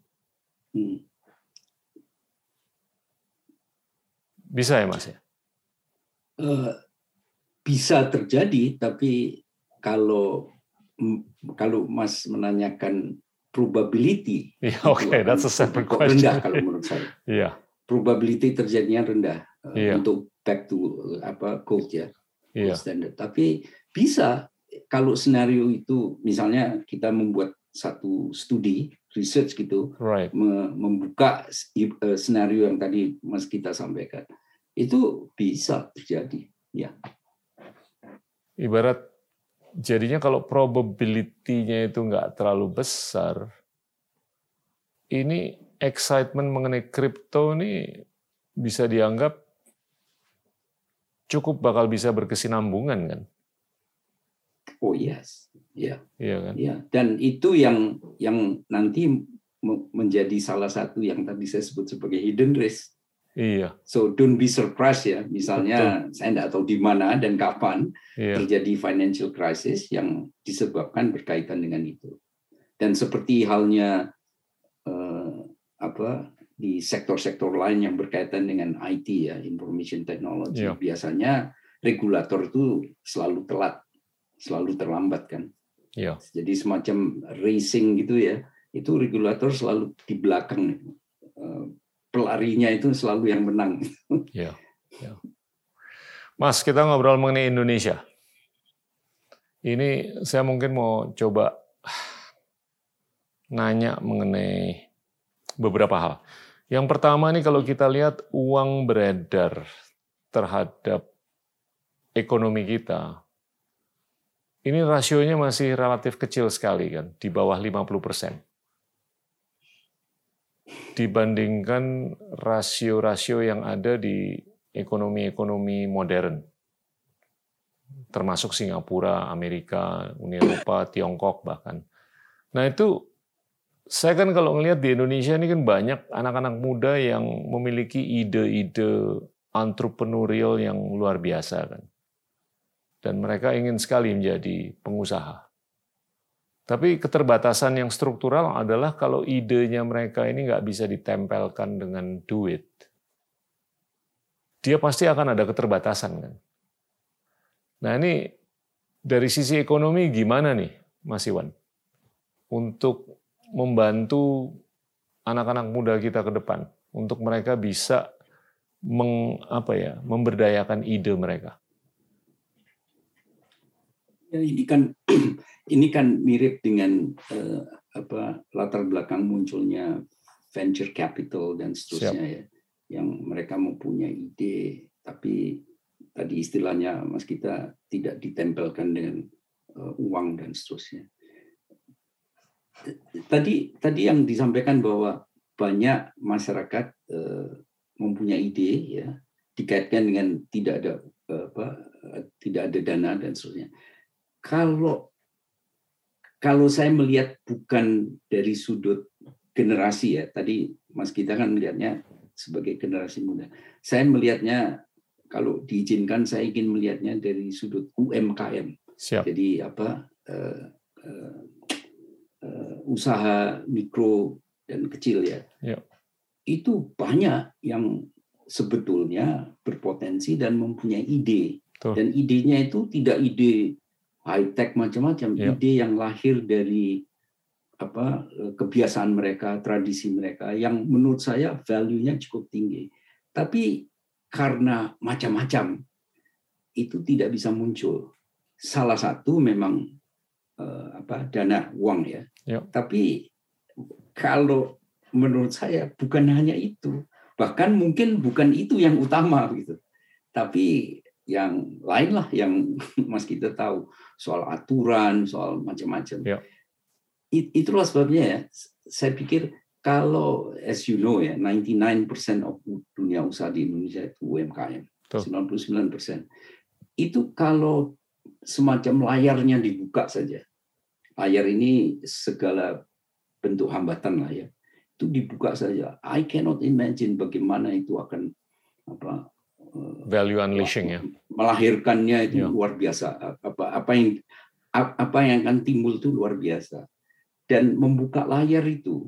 Bisa ya Mas ya? Bisa terjadi, tapi kalau Mas menanyakan probability, that's a separate question. Rendah kalau menurut saya. Probability terjadinya rendah untuk back to gold ya, gold standard. Tapi bisa kalau senario itu, misalnya kita membuat satu studi research gitu, membuka senario yang tadi Mas kita sampaikan, itu bisa terjadi. Ya. Ibarat jadinya kalau probability-nya itu nggak terlalu besar, ini excitement mengenai kripto ini bisa dianggap cukup bakal bisa berkesinambungan kan? Oh yes, ya. Iya kan? Ya. Dan itu yang nanti menjadi salah satu yang tadi saya sebut sebagai hidden risk. Iya. So don't be surprised ya. Misalnya saya tidak tahu di mana dan kapan terjadi financial crisis yang disebabkan berkaitan dengan itu. Dan seperti halnya di sektor-sektor lain yang berkaitan dengan IT ya, information technology, biasanya regulator itu selalu telat, selalu terlambat kan. Jadi semacam racing gitu ya. Itu regulator selalu di belakang. Pelarinya itu selalu yang menang. Ya. Mas, kita ngobrol mengenai Indonesia. Ini saya mungkin mau coba nanya mengenai beberapa hal. Yang pertama nih, kalau kita lihat uang beredar terhadap ekonomi kita, ini rasionya masih relatif kecil sekali kan, di bawah 50%. Dibandingkan rasio-rasio yang ada di ekonomi-ekonomi modern, termasuk Singapura, Amerika, Uni Eropa, Tiongkok bahkan. Nah itu, saya kan kalau ngelihat di Indonesia ini kan banyak anak-anak muda yang memiliki ide-ide entrepreneurial yang luar biasa kan. Dan mereka ingin sekali menjadi pengusaha. Tapi keterbatasan yang struktural adalah kalau idenya mereka ini nggak bisa ditempelkan dengan duit, dia pasti akan ada keterbatasan kan. Nah ini dari sisi ekonomi gimana nih, Mas Iwan, untuk membantu anak-anak muda kita ke depan, untuk mereka bisa memberdayakan ide mereka. Ya, ini kan mirip dengan latar belakang munculnya venture capital dan seterusnya ya, yang mereka mempunyai ide, tapi tadi istilahnya Mas kita tidak ditempelkan dengan uang dan seterusnya. Tadi yang disampaikan bahwa banyak masyarakat mempunyai ide ya, dikaitkan dengan tidak ada dana dan seterusnya. Kalau saya melihat bukan dari sudut generasi ya, tadi Mas kita kan melihatnya sebagai generasi muda. Saya melihatnya, kalau diizinkan, saya ingin melihatnya dari sudut UMKM. Jadi usaha mikro dan kecil ya. Itu banyak yang sebetulnya berpotensi dan mempunyai ide. Dan idenya itu tidak ide high-tech macam-macam, ide yang lahir dari kebiasaan mereka, tradisi mereka, yang menurut saya value-nya cukup tinggi. Tapi karena macam-macam, itu tidak bisa muncul. Salah satu memang dana uang ya. Tapi kalau menurut saya bukan hanya itu, bahkan mungkin bukan itu yang utama gitu. Tapi yang lain lah yang Mas kita tahu, soal aturan, soal macam-macam. Itulah sebabnya ya, saya pikir kalau as you know ya, 99% of dunia usaha di Indonesia itu UMKM, 99%. Itu kalau semacam layarnya dibuka saja. Layar ini segala bentuk hambatan lah ya. Itu dibuka saja. I cannot imagine bagaimana itu akan value unleashing ya. Melahirkannya itu luar biasa. Apa yang akan timbul itu luar biasa. Dan membuka layar itu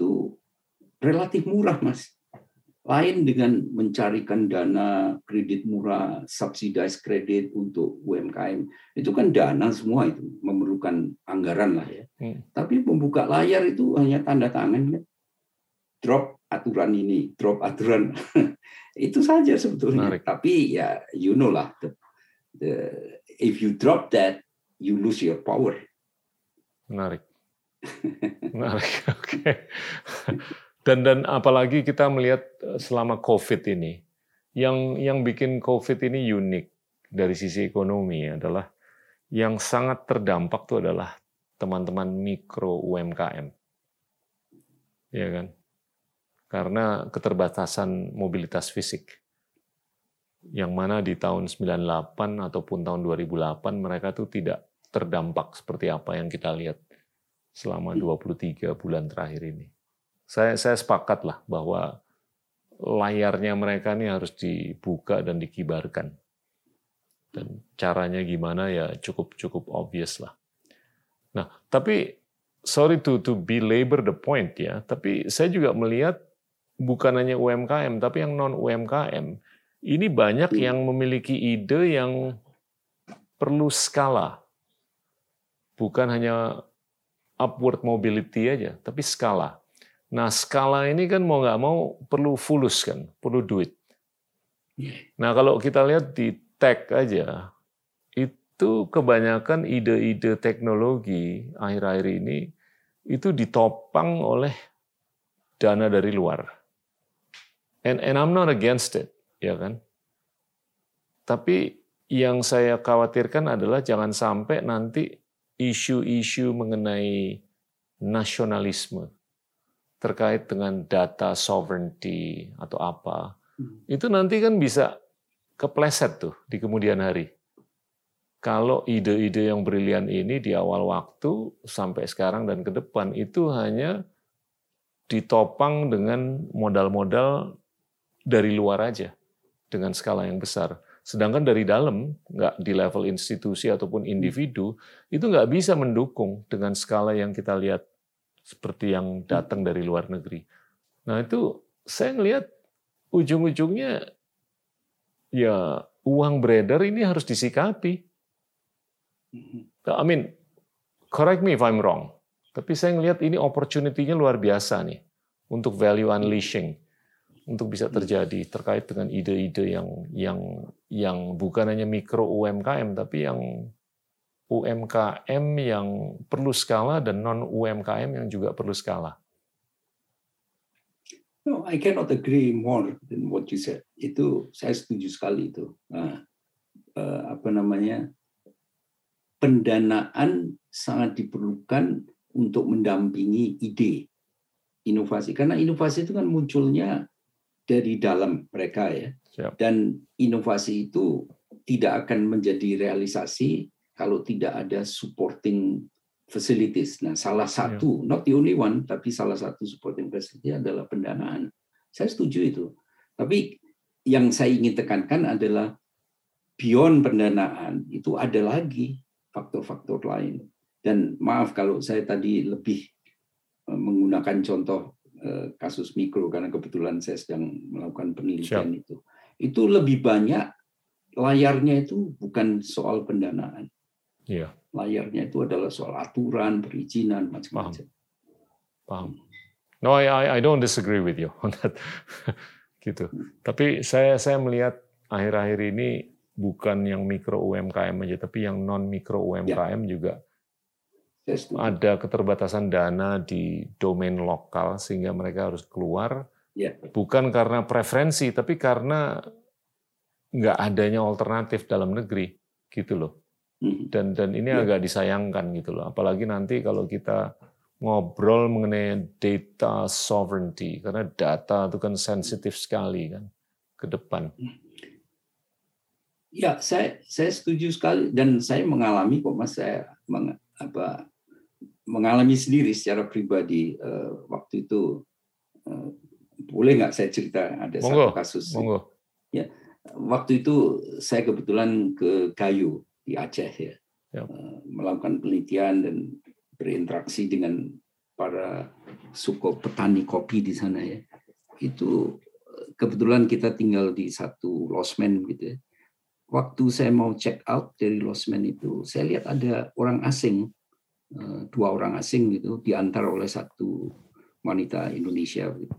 relatif murah, Mas. Lain dengan mencarikan dana kredit murah, subsidized kredit untuk UMKM. Itu kan dana semua, itu memerlukan anggaran lah ya. Tapi membuka layar itu hanya tanda tangan kan. Drop aturan ini, drop aturan. Itu saja sebetulnya. Menarik. Tapi ya you know lah, if you drop that, you lose your power. Menarik. Menarik. Oke. Dan apalagi kita melihat selama COVID ini, yang bikin COVID ini unik dari sisi ekonomi adalah yang sangat terdampak itu adalah teman-teman mikro UMKM. Ya kan? Karena keterbatasan mobilitas fisik. Yang mana di tahun 98 ataupun tahun 2008 mereka tuh tidak terdampak seperti apa yang kita lihat selama 23 bulan terakhir ini. Saya sepakat lah bahwa layarnya mereka ini harus dibuka dan dikibarkan. Dan caranya gimana ya cukup obvious lah. Nah, tapi sorry to belabor the point ya, tapi saya juga melihat bukan hanya UMKM, tapi yang non-UMKM. Ini banyak yang memiliki ide yang perlu skala. Bukan hanya upward mobility aja, tapi skala. Nah, skala ini kan mau nggak mau perlu fulus kan, perlu duit. Nah, kalau kita lihat di tech aja, itu kebanyakan ide-ide teknologi akhir-akhir ini itu ditopang oleh dana dari luar. And I'm not against it, ya kan? Tapi yang saya khawatirkan adalah jangan sampai nanti isu-isu mengenai nasionalisme terkait dengan data sovereignty atau apa, itu nanti kan bisa kepleset tuh di kemudian hari. Kalau ide-ide yang brilian ini di awal waktu sampai sekarang dan ke depan itu hanya ditopang dengan modal-modal dari luar aja, dengan skala yang besar. Sedangkan dari dalam, nggak di level institusi ataupun individu, itu nggak bisa mendukung dengan skala yang kita lihat seperti yang datang dari luar negeri. Nah itu saya ngelihat ujung-ujungnya ya uang beredar ini harus disikapi. I mean, correct me if I'm wrong, tapi saya ngelihat ini opportunity-nya luar biasa nih untuk value unleashing, untuk bisa terjadi terkait dengan ide-ide yang bukan hanya mikro UMKM, tapi yang UMKM yang perlu skala dan non UMKM yang juga perlu skala. No, I cannot agree more than what you said. Itu saya setuju sekali itu. Nah, pendanaan sangat diperlukan untuk mendampingi ide inovasi. Karena inovasi itu kan munculnya dari dalam mereka ya. Siap. Dan inovasi itu tidak akan menjadi realisasi kalau tidak ada supporting facilities. Nah, salah satu, not the only one, tapi salah satu supporting facility adalah pendanaan. Saya setuju itu. Tapi yang saya ingin tekankan adalah beyond pendanaan itu ada lagi faktor-faktor lain. Dan maaf kalau saya tadi lebih menggunakan contoh kasus mikro karena kebetulan saya sedang melakukan penelitian itu. Itu lebih banyak layarnya itu bukan soal pendanaan. Iya. Layarnya itu adalah soal aturan, perizinan, macam-macam. Paham. No, I don't disagree with you on that. Gitu. Tapi saya melihat akhir-akhir ini bukan yang mikro UMKM aja, tapi yang non mikro UMKM juga ada keterbatasan dana di domain lokal sehingga mereka harus keluar. Bukan karena preferensi, tapi karena nggak adanya alternatif dalam negeri, gitu loh. Dan ini agak disayangkan gitu loh. Apalagi nanti kalau kita ngobrol mengenai data sovereignty, karena data itu kan sensitif sekali kan ke depan. Ya, saya setuju sekali dan saya mengalami kok Mas, saya mengalami sendiri secara pribadi waktu itu. Boleh nggak saya cerita ada satu kasus? Monggo. Ya, waktu itu saya kebetulan ke Gayo di Aceh ya, melakukan penelitian dan berinteraksi dengan para suku petani kopi di sana ya. Itu kebetulan kita tinggal di satu losmen gitu ya. Waktu saya mau check out dari losmen itu, saya lihat ada orang asing, 2 orang asing gitu, diantar oleh satu wanita Indonesia. Gitu.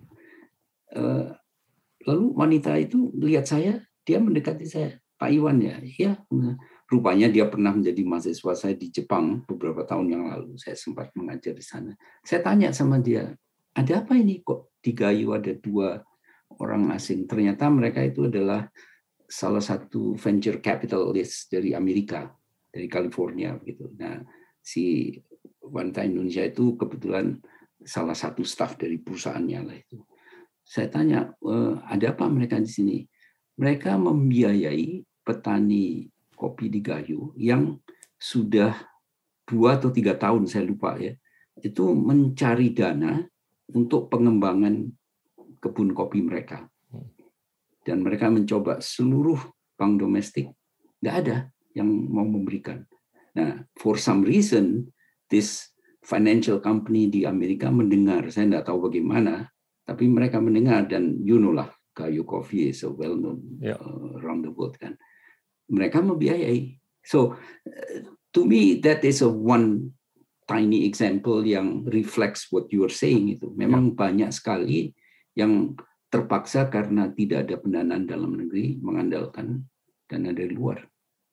Lalu wanita itu lihat saya, dia mendekati saya, Pak Iwan ya, ya. Rupanya dia pernah menjadi mahasiswa saya di Jepang beberapa tahun yang lalu. Saya sempat mengajar di sana. Saya tanya sama dia, ada apa ini kok di Gayo ada 2 orang asing? Ternyata mereka itu adalah salah satu venture capitalist dari Amerika, dari California gitu. Nah, si wanita Indonesia itu kebetulan salah satu staf dari perusahaannya lah itu. Saya tanya, ada apa mereka di sini? Mereka membiayai petani kopi di Gayo yang sudah 2 atau 3 tahun, saya lupa ya, itu mencari dana untuk pengembangan kebun kopi mereka. Dan mereka mencoba seluruh bank domestik, nggak ada yang mau memberikan. Nah, for some reason, this financial company di Amerika mendengar, saya nggak tahu bagaimana, tapi mereka mendengar dan you know lah, Gayo Coffee is so well known around the world kan. Mereka membiayai. So, to me that is a one tiny example yang reflects what you are saying itu. Memang banyak sekali yang terpaksa karena tidak ada pendanaan dalam negeri, mengandalkan dana dari luar.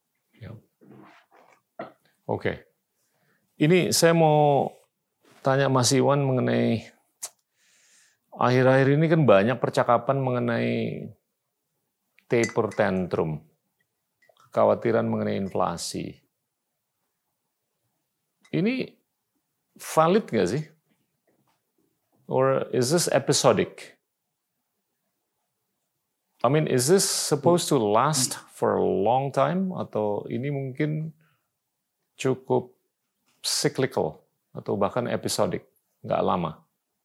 Oke. Ini saya mau tanya Mas Iwan mengenai akhir-akhir ini kan banyak percakapan mengenai taper tantrum, kekhawatiran mengenai inflasi. Ini valid nggak sih? Or is this episodic? I mean, is this supposed to last for a long time atau ini mungkin cukup cyclical atau bahkan episodic, nggak lama?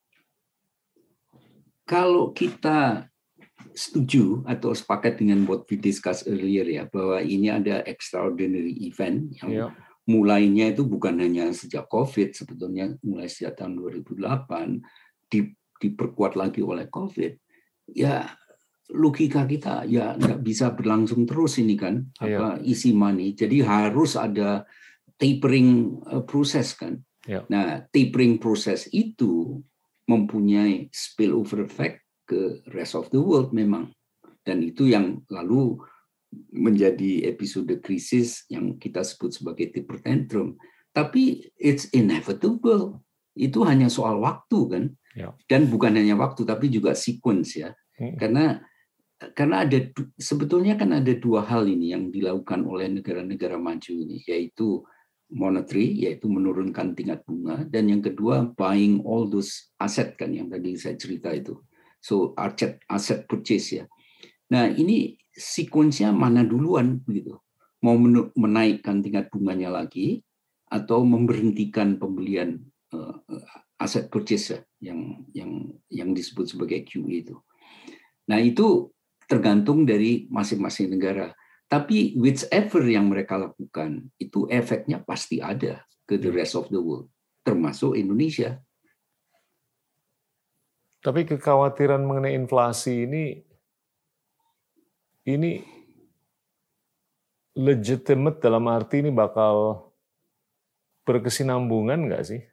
Kalau kita setuju atau sepakat dengan what we discussed earlier ya, bahwa ini ada extraordinary event yang mulainya itu bukan hanya sejak COVID, sebetulnya mulai sejak tahun 2008, diperkuat lagi oleh COVID, ya logika kita ya nggak bisa berlangsung terus ini kan, easy money. Jadi harus ada tapering proses kan. Nah, tapering proses itu mempunyai spillover effect ke rest of the world memang. Dan itu yang lalu menjadi episode krisis yang kita sebut sebagai taper tantrum. Tapi it's inevitable. Itu hanya soal waktu kan. Dan bukan hanya waktu tapi juga sequence ya. Karena sebetulnya kan ada 2 hal ini yang dilakukan oleh negara-negara maju ini, yaitu monetary, yaitu menurunkan tingkat bunga, dan yang kedua buying all those asset kan yang tadi saya cerita itu. So asset purchase ya. Nah, ini sekuensnya mana duluan begitu? Mau menaikkan tingkat bunganya lagi atau memberhentikan pembelian asset purchase ya, yang disebut sebagai QE itu. Nah, itu tergantung dari masing-masing negara. Tapi whichever yang mereka lakukan, itu efeknya pasti ada ke the rest of the world, termasuk Indonesia. Tapi kekhawatiran mengenai inflasi ini legitimate dalam arti ini bakal berkesinambungan nggak sih?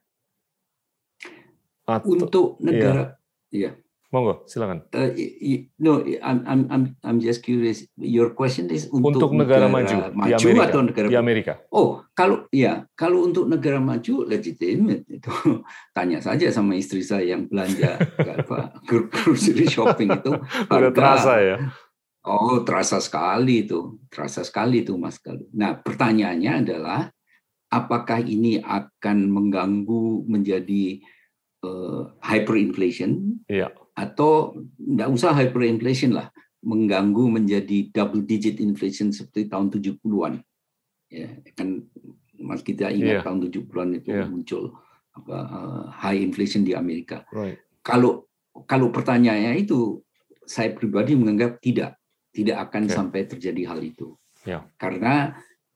Untuk negara, ya. Monggo, silakan. No, I'm just curious. Your question is untuk negara maju di Amerika, atau negara di Amerika? Oh, kalau untuk negara maju legitimate itu tanya saja sama istri saya yang belanja grocery shopping itu. Udah terasa ya? Oh, terasa sekali itu Mas. Nah, pertanyaannya adalah apakah ini akan mengganggu menjadi hyperinflation? Iya. Atau nggak usah hyperinflation lah, mengganggu menjadi double digit inflation seperti tahun 70-an. Ya, kan Mas kita ingat tahun 70-an itu muncul high inflation di Amerika. Right. Kalau pertanyaannya itu, saya pribadi menganggap tidak akan sampai terjadi hal itu. Karena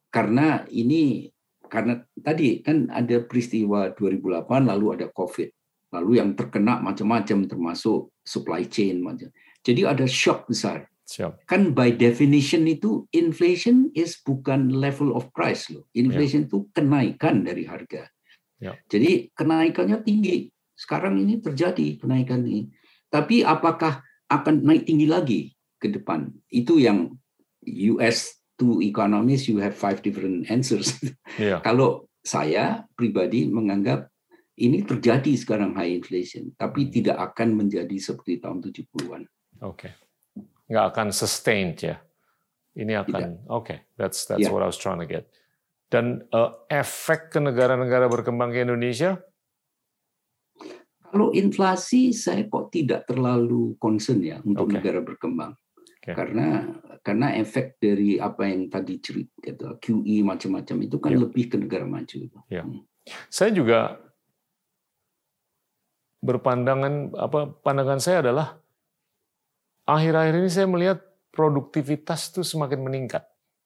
tadi kan ada peristiwa 2008, lalu ada COVID, lalu yang terkena macam-macam termasuk supply chain macam. Jadi ada shock besar. Kan by definition itu inflation is bukan level of price loh. Inflation itu kenaikan dari harga. Jadi kenaikannya tinggi. Sekarang ini terjadi kenaikan ini. Tapi apakah akan naik tinggi lagi ke depan? Itu yang US to economists you have 5 different answers. Kalau saya pribadi menganggap ini terjadi sekarang high inflation, tapi tidak akan menjadi seperti tahun 70-an. Oke. Nggak akan sustained ya. Ini akan that's what I was trying to get. Dan efek ke negara-negara berkembang ke Indonesia? Kalau inflasi saya kok tidak terlalu concern ya untuk negara berkembang. Karena efek dari apa yang tadi cerita QE macam-macam itu kan lebih ke negara maju. Saya juga pandangan saya adalah akhir-akhir ini saya melihat produktivitas itu semakin meningkat.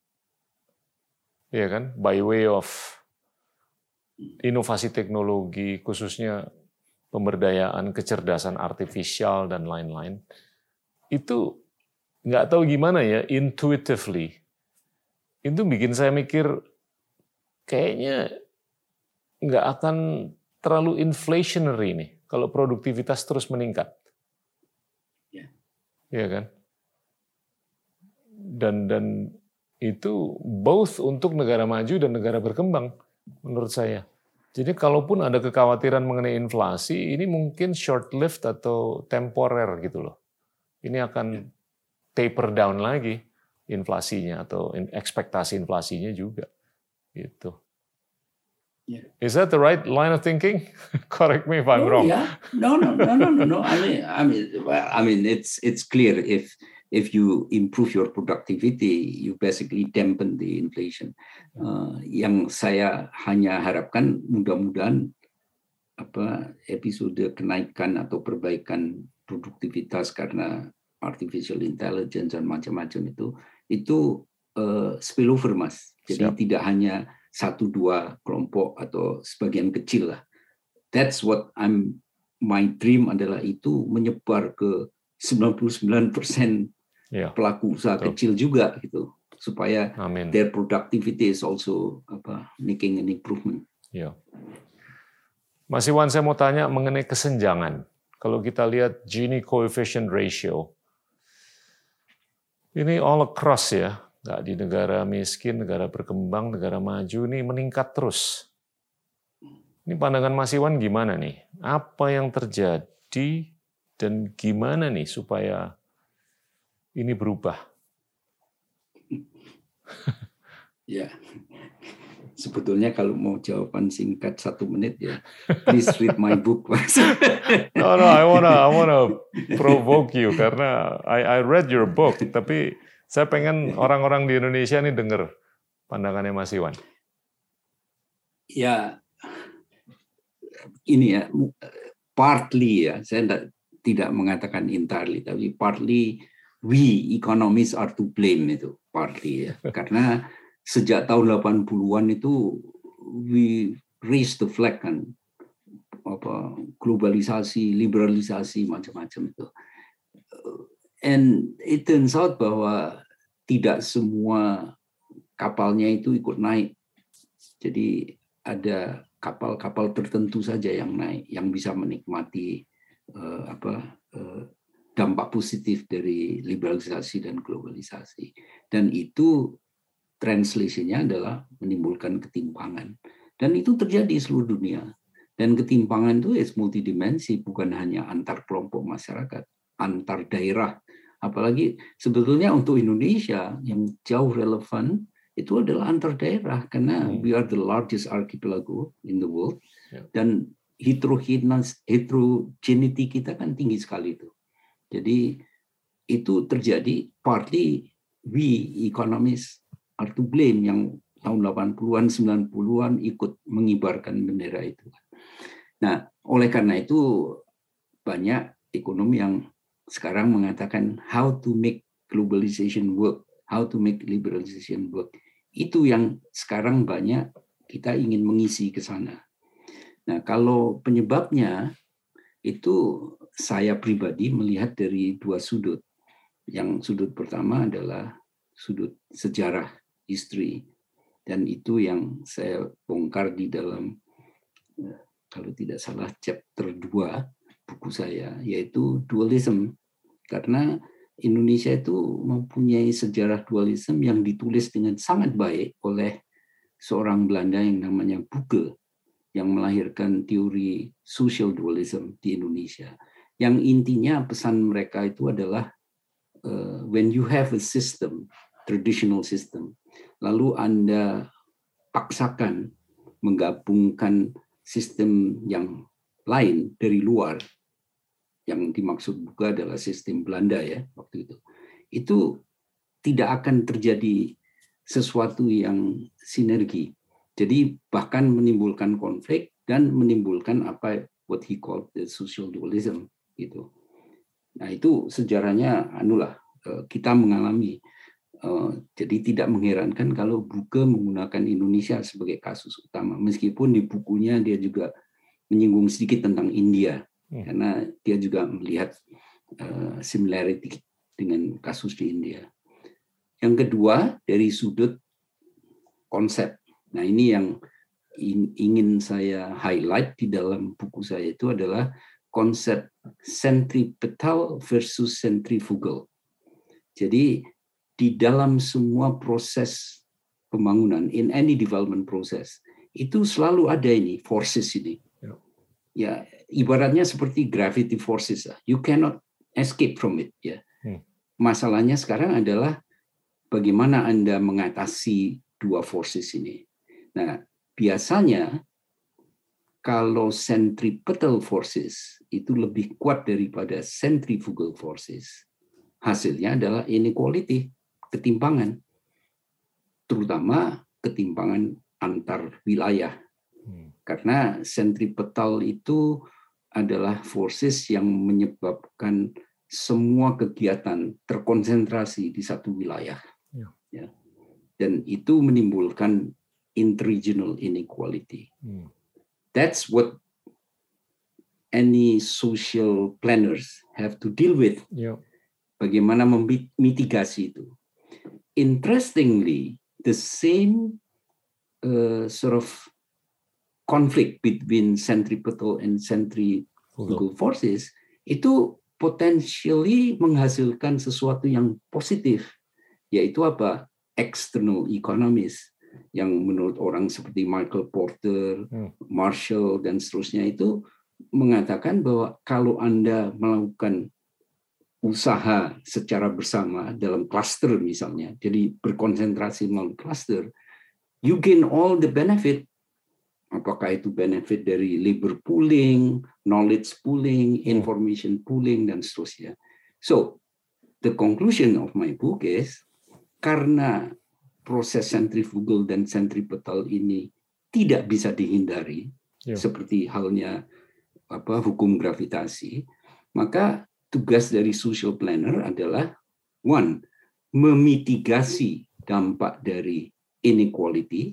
Ya kan? By way of inovasi teknologi, khususnya pemberdayaan, kecerdasan artifisial, dan lain-lain. Itu nggak tahu gimana ya, intuitively. Itu bikin saya mikir, kayaknya nggak akan terlalu inflationary nih, kalau produktivitas terus meningkat. Ya kan? Dan itu both untuk negara maju dan negara berkembang menurut saya. Jadi kalaupun ada kekhawatiran mengenai inflasi, ini mungkin short-lived atau temporer gitu loh. Ini akan taper down lagi inflasinya atau ekspektasi inflasinya juga. Gitu. Is that the right line of thinking? Correct me if I'm wrong. No. I mean, it's clear if you improve your productivity, you basically dampen the inflation. Yang saya hanya harapkan mudah-mudahan episode kenaikan atau perbaikan produktivitas karena artificial intelligence dan macam-macam itu spillover, Mas. Jadi tidak hanya 1-2 kelompok atau sebagian kecil lah. That's what my dream adalah itu menyebar ke 99% pelaku usaha kecil juga gitu, supaya their productivity is also making an improvement. Mas Iwan, saya mau tanya mengenai kesenjangan. Kalau kita lihat Gini coefficient ratio, ini all across ya, nggak di negara miskin, negara berkembang, negara maju, ini meningkat terus. Ini pandangan Mas Iwan gimana nih? Apa yang terjadi dan gimana nih supaya ini berubah? Ya, sebetulnya kalau mau jawaban singkat 1 menit ya, please read my book. No, I wanna provoke you karena I read your book, tapi saya pengen orang-orang di Indonesia nih dengar pandangannya Mas Iwan. Ya, ini ya, partly ya, saya tidak mengatakan entirely, tapi partly we economists are to blame itu, partly ya. Karena sejak tahun 80-an itu we raise the flag kan, globalisasi, liberalisasi macam-macam itu. And it turns out bahwa tidak semua kapalnya itu ikut naik. Jadi ada kapal-kapal tertentu saja yang naik, yang bisa menikmati dampak positif dari liberalisasi dan globalisasi. Dan itu translation-nya adalah menimbulkan ketimpangan. Dan itu terjadi di seluruh dunia. Dan ketimpangan itu multidimensi, bukan hanya antar kelompok masyarakat, antar daerah. Apalagi sebetulnya untuk Indonesia yang jauh relevan itu adalah antar daerah, karena we are the largest archipelago in the world. Dan heterogeneity kita kan tinggi sekali itu. Jadi itu terjadi partly we economists are to blame yang tahun 80-an, 90-an ikut mengibarkan bendera itu. Nah, oleh karena itu banyak ekonom yang sekarang mengatakan how to make globalization work, how to make liberalization work. Itu yang sekarang banyak kita ingin mengisi ke sana. Nah, kalau penyebabnya itu saya pribadi melihat dari dua sudut. Yang sudut pertama adalah sudut sejarah history, dan itu yang saya bongkar di dalam, kalau tidak salah, chapter 2 buku saya, yaitu dualism. Karena Indonesia itu mempunyai sejarah dualisme yang ditulis dengan sangat baik oleh seorang Belanda yang namanya Bugge, yang melahirkan teori social dualism di Indonesia. Yang intinya pesan mereka itu adalah when you have a system, traditional system, lalu Anda paksakan menggabungkan sistem yang lain dari luar, yang dimaksud juga adalah sistem Belanda ya waktu itu tidak akan terjadi sesuatu yang sinergi. Jadi bahkan menimbulkan konflik dan menimbulkan what he called the social dualism gitu. Nah, itu sejarahnya kita mengalami. Jadi tidak mengherankan kalau Bugge menggunakan Indonesia sebagai kasus utama, meskipun di bukunya dia juga menyinggung sedikit tentang India, karena dia juga melihat similarity dengan kasus di India. Yang kedua, dari sudut konsep. Nah, ini yang ingin saya highlight di dalam buku saya itu adalah konsep centripetal versus centrifugal. Jadi di dalam semua proses pembangunan, in any development process, itu selalu ada ini, forces ini. Ya, ibaratnya seperti gravity forces. You cannot escape from it. Ya. Masalahnya sekarang adalah bagaimana Anda mengatasi dua forces ini. Nah, biasanya kalau centripetal forces itu lebih kuat daripada centrifugal forces, hasilnya adalah inequality, ketimpangan, terutama ketimpangan antar wilayah. Karena centripetal itu adalah forces yang menyebabkan semua kegiatan terkonsentrasi di satu wilayah. Ya. Dan itu menimbulkan interregional inequality. That's what any social planners have to deal with. Bagaimana memitigasi itu. Interestingly, the same sort of conflict between centripetal and centrifugal forces itu potentially menghasilkan sesuatu yang positif, yaitu apa? External economies, yang menurut orang seperti Michael Porter, Marshall, dan seterusnya itu mengatakan bahwa kalau Anda melakukan usaha secara bersama dalam cluster misalnya, jadi berkonsentrasi melalui cluster, you gain all the benefit. Apakah itu benefit dari labor pooling, knowledge pooling, information pooling, dan seterusnya. So, the conclusion of my book is, karena proses centrifugal dan centripetal ini tidak bisa dihindari, seperti halnya hukum gravitasi, maka tugas dari social planner adalah, one, memitigasi dampak dari inequality,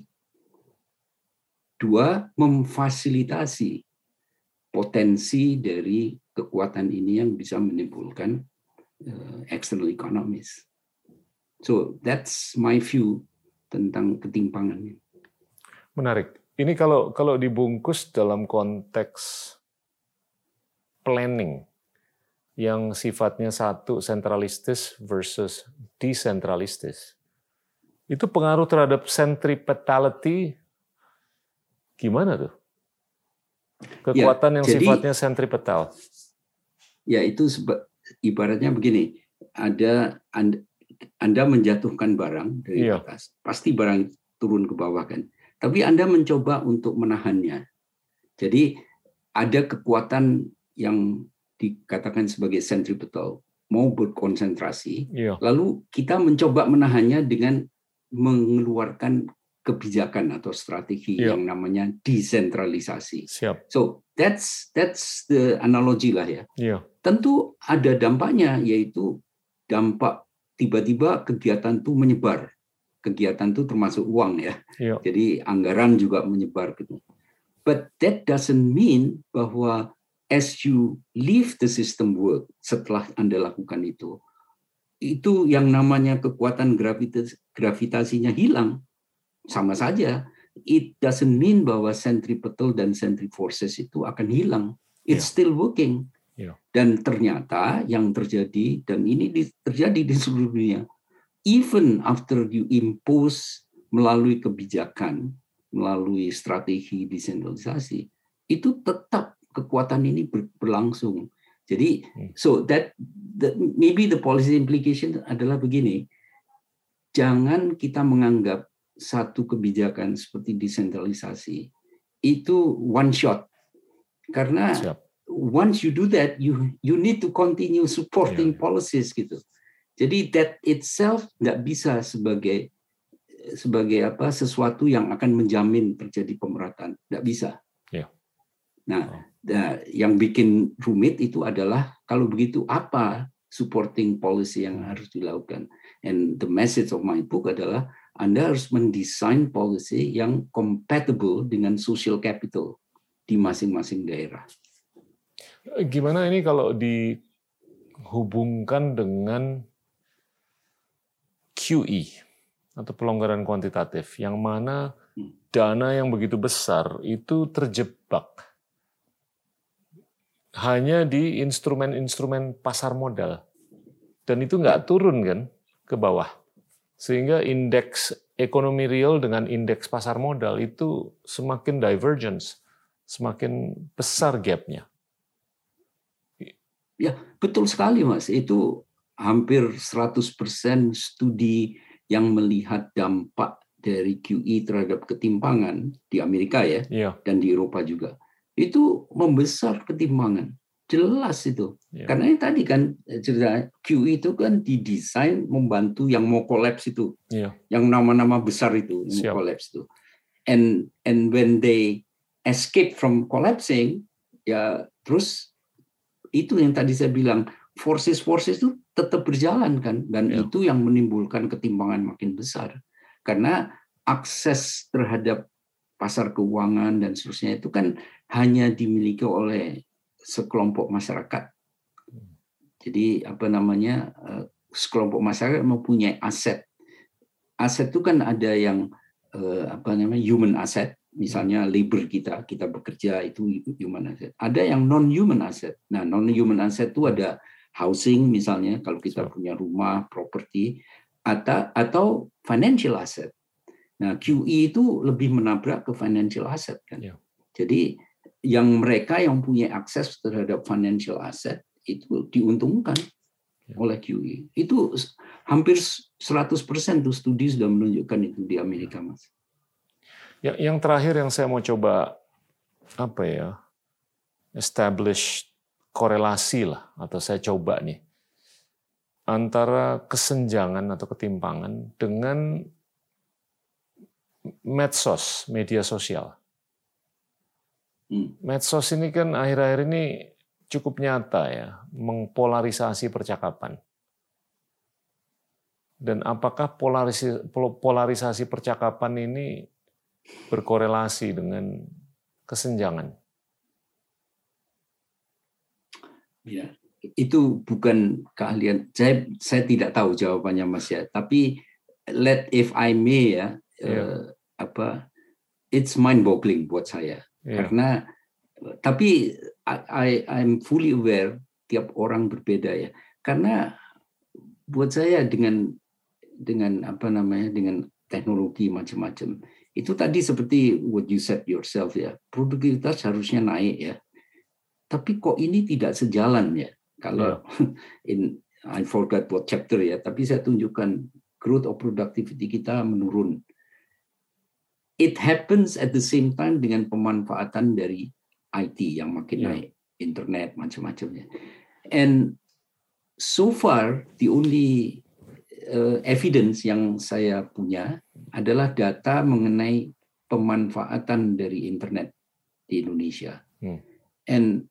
dua, memfasilitasi potensi dari kekuatan ini yang bisa menimbulkan external economies. So that's my view tentang ketimpangan. Menarik. Ini kalau dibungkus dalam konteks planning yang sifatnya satu sentralistis versus desentralistis, itu pengaruh terhadap centripetality gimana tuh? Kekuatan yang sifatnya centripetal. Ya, itu ibaratnya begini, Anda menjatuhkan barang dari atas, pasti barang turun ke bawah kan. Tapi Anda mencoba untuk menahannya. Jadi ada kekuatan yang dikatakan sebagai centripetal mau berkonsentrasi, Iya. lalu kita mencoba menahannya dengan mengeluarkan kebijakan atau strategi Iya. yang namanya desentralisasi. Siap. So that's the analogy lah ya. Iya. Tentu ada dampaknya, yaitu dampak tiba-tiba kegiatan itu menyebar. Kegiatan itu termasuk uang ya. Iya. Jadi anggaran juga menyebar gitu. But that doesn't mean bahwa as you leave the system work, setelah Anda lakukan itu yang namanya kekuatan gravitasinya hilang. Sama saja. It doesn't mean bahwa centripetal dan centriforces itu akan hilang. It's still working. Dan ternyata yang terjadi, dan ini terjadi di seluruh dunia, even after you impose melalui kebijakan, melalui strategi desentralisasi, itu tetap kekuatan ini berlangsung. Jadi, so that maybe the policy implication adalah begini, jangan kita menganggap satu kebijakan seperti desentralisasi itu one shot, karena once you do that, you need to continue supporting policies gitu. Jadi that itself nggak bisa sebagai sesuatu yang akan menjamin terjadi pemerataan, nggak bisa. Nah, yang bikin rumit itu adalah kalau begitu apa supporting policy yang harus dilakukan. And the message of my book adalah Anda harus mendesain policy yang compatible dengan social capital di masing-masing daerah. Gimana ini kalau dihubungkan dengan QE atau pelonggaran kuantitatif, yang mana dana yang begitu besar itu terjebak hanya di instrumen-instrumen pasar modal, dan itu nggak turun kan ke bawah, sehingga indeks ekonomi real dengan indeks pasar modal itu semakin divergence, semakin besar gapnya. Ya, betul sekali Mas. Itu hampir 100% studi yang melihat dampak dari QE terhadap ketimpangan di Amerika ya, dan di Eropa juga. Itu membesar ketimpangan. Jelas itu. Karena ini tadi kan cerita QE itu kan didesain membantu yang mau kolaps itu. Yang nama-nama besar itu yang mau kolaps itu. And when they escape from collapsing, ya terus itu yang tadi saya bilang, forces itu tetap berjalan kan, dan itu yang menimbulkan ketimpangan makin besar. Karena akses terhadap pasar keuangan dan seterusnya itu kan hanya dimiliki oleh sekelompok masyarakat. Jadi sekelompok masyarakat mempunyai aset. Aset itu kan ada yang human asset, misalnya labor kita bekerja itu human asset. Ada yang non-human asset. Nah, non-human asset itu ada housing misalnya, kalau kita punya rumah, properti, atau financial asset. Nah, QE itu lebih menabrak ke financial asset kan. Jadi yang mereka yang punya akses terhadap financial asset itu diuntungkan oleh QE. Itu hampir 100% tuh studi sudah menunjukkan itu di Amerika, Mas. Yang terakhir yang saya mau coba establish korelasi lah, atau saya coba nih antara kesenjangan atau ketimpangan dengan medsos, media sosial. Medsos ini kan akhir-akhir ini cukup nyata ya, mengpolarisasi percakapan. Dan apakah polarisasi percakapan ini berkorelasi dengan kesenjangan? Ya, itu bukan keahlian. Saya tidak tahu jawabannya, Mas ya. Tapi if I may ya, it's mind-boggling buat saya. Karena tapi I'm fully aware tiap orang berbeda ya. Karena buat saya dengan teknologi macam-macam, itu tadi seperti what you said yourself ya, produktivitas harusnya naik ya. Tapi kok ini tidak sejalan ya? Kalau I forgot what chapter ya, tapi saya tunjukkan growth of productivity kita menurun. It happens at the same time dengan pemanfaatan dari IT yang makin naik, internet macam-macamnya. And so far the only evidence yang saya punya adalah data mengenai pemanfaatan dari internet di Indonesia. And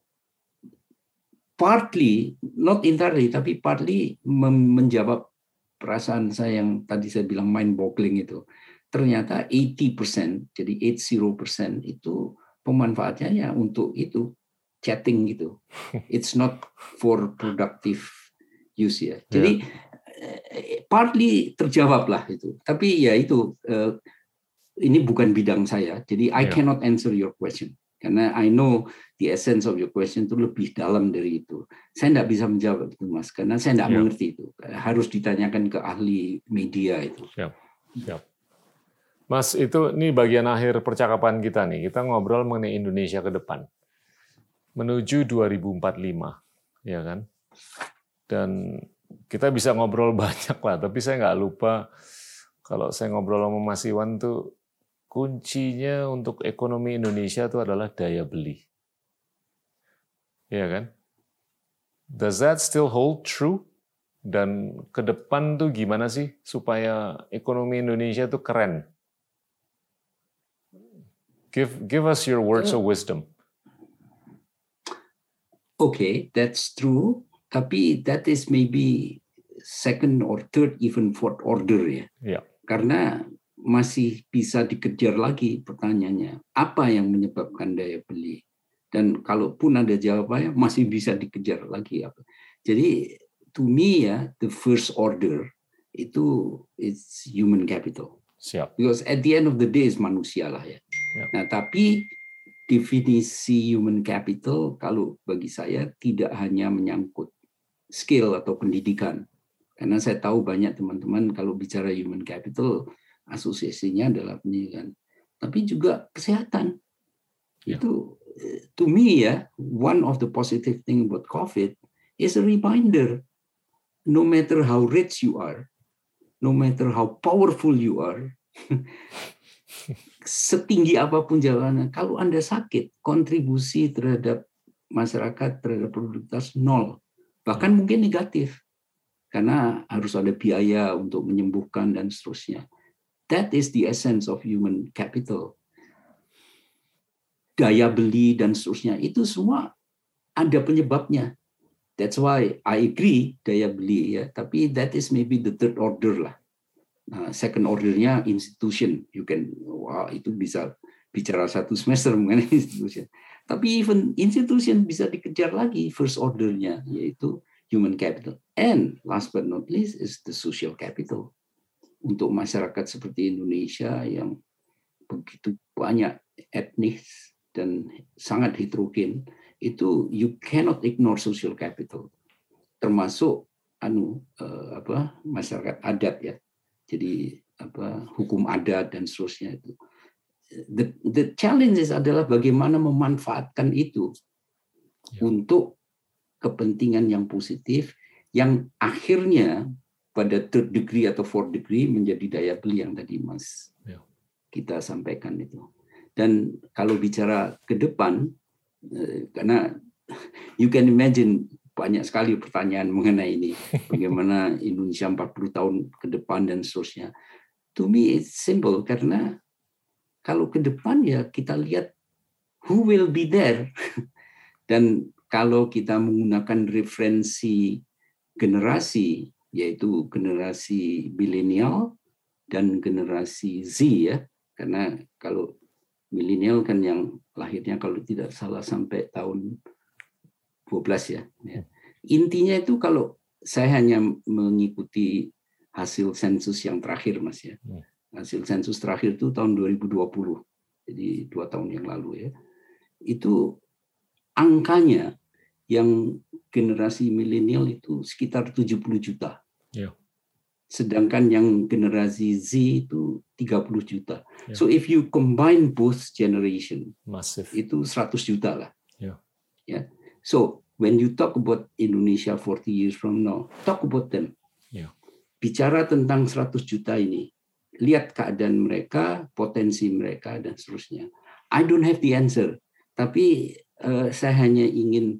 partly, not entirely, tapi partly menjawab perasaan saya yang tadi saya bilang mind-boggling itu. Ternyata 80%, jadi 80% itu pemanfaatnya ya untuk itu, chatting gitu. It's not for productive use ya. Jadi partly terjawab lah itu. Tapi ya itu, ini bukan bidang saya, jadi I cannot answer your question. Karena I know the essence of your question itu lebih dalam dari itu. Saya tidak bisa menjawab itu, Mas, karena saya tidak mengerti itu. Harus ditanyakan ke ahli media itu. Siap. Mas, ini bagian akhir percakapan kita nih. Kita ngobrol mengenai Indonesia ke depan. Menuju 2045, ya kan? Dan kita bisa ngobrol banyak lah, tapi saya nggak lupa kalau saya ngobrol sama Mas Iwan tuh, kuncinya untuk ekonomi Indonesia itu adalah daya beli. Ya kan? Does that still hold true? Dan ke depan tuh gimana sih supaya ekonomi Indonesia tuh keren? Give us your words of wisdom. Okay, that's true. Tapi that is maybe second or third, even fourth order ya. Karena masih bisa dikejar lagi pertanyaannya, apa yang menyebabkan daya beli? Dan kalaupun ada jawabannya, masih bisa dikejar lagi. Jadi, to me ya, the first order itu it's human capital. Siap. Because at the end of the day is manusia lah ya. Nah, tapi definisi human capital kalau bagi saya tidak hanya menyangkut skill atau pendidikan. Karena saya tahu banyak teman-teman kalau bicara human capital, asosiasinya adalah pendidikan, tapi juga kesehatan. Itu to me ya, one of the positive thing about COVID is a reminder, no matter how rich you are, no matter how powerful you are, setinggi apapun jabatannya, kalau Anda sakit, kontribusi terhadap masyarakat, terhadap produktivitas nol, bahkan mungkin negatif, karena harus ada biaya untuk menyembuhkan dan seterusnya. That is the essence of human capital. Daya beli dan seterusnya, itu semua ada penyebabnya. That's why I agree daya beli ya, tapi that is maybe the third order lah. Nah, second ordernya institution. Itu bisa bicara satu semester mengenai institution. Tapi even institution bisa dikejar lagi first ordernya, yaitu human capital. And last but not least is the social capital. Untuk masyarakat seperti Indonesia yang begitu banyak etnis dan sangat heterogen, itu you cannot ignore social capital, termasuk masyarakat adat ya, jadi hukum adat dan seterusnya itu. The challenges adalah bagaimana memanfaatkan itu untuk kepentingan yang positif, yang akhirnya pada third degree atau fourth degree menjadi daya beli yang tadi Mas kita sampaikan itu. Dan kalau bicara ke depan, karena you can imagine banyak sekali pertanyaan mengenai ini, bagaimana Indonesia 40 tahun ke depan dan seterusnya. To me it's simple, karena kalau ke depan ya kita lihat who will be there. Dan kalau kita menggunakan referensi generasi, yaitu generasi milenial dan generasi Z ya, karena kalau milenial kan yang lahirnya kalau tidak salah sampai tahun 12 ya. Intinya itu kalau saya hanya mengikuti hasil sensus yang terakhir Mas ya. Hasil sensus terakhir itu tahun 2020. Jadi 2 tahun yang lalu ya. Itu angkanya yang generasi milenial itu sekitar 70 juta. Sedangkan yang generasi Z itu 30 juta. So if you combine both generation, itu 100 juta lah. Ya. So when you talk about Indonesia 40 years from now, talk about them. Bicara tentang 100 juta ini, lihat keadaan mereka, potensi mereka dan seterusnya. I don't have the answer, tapi saya hanya ingin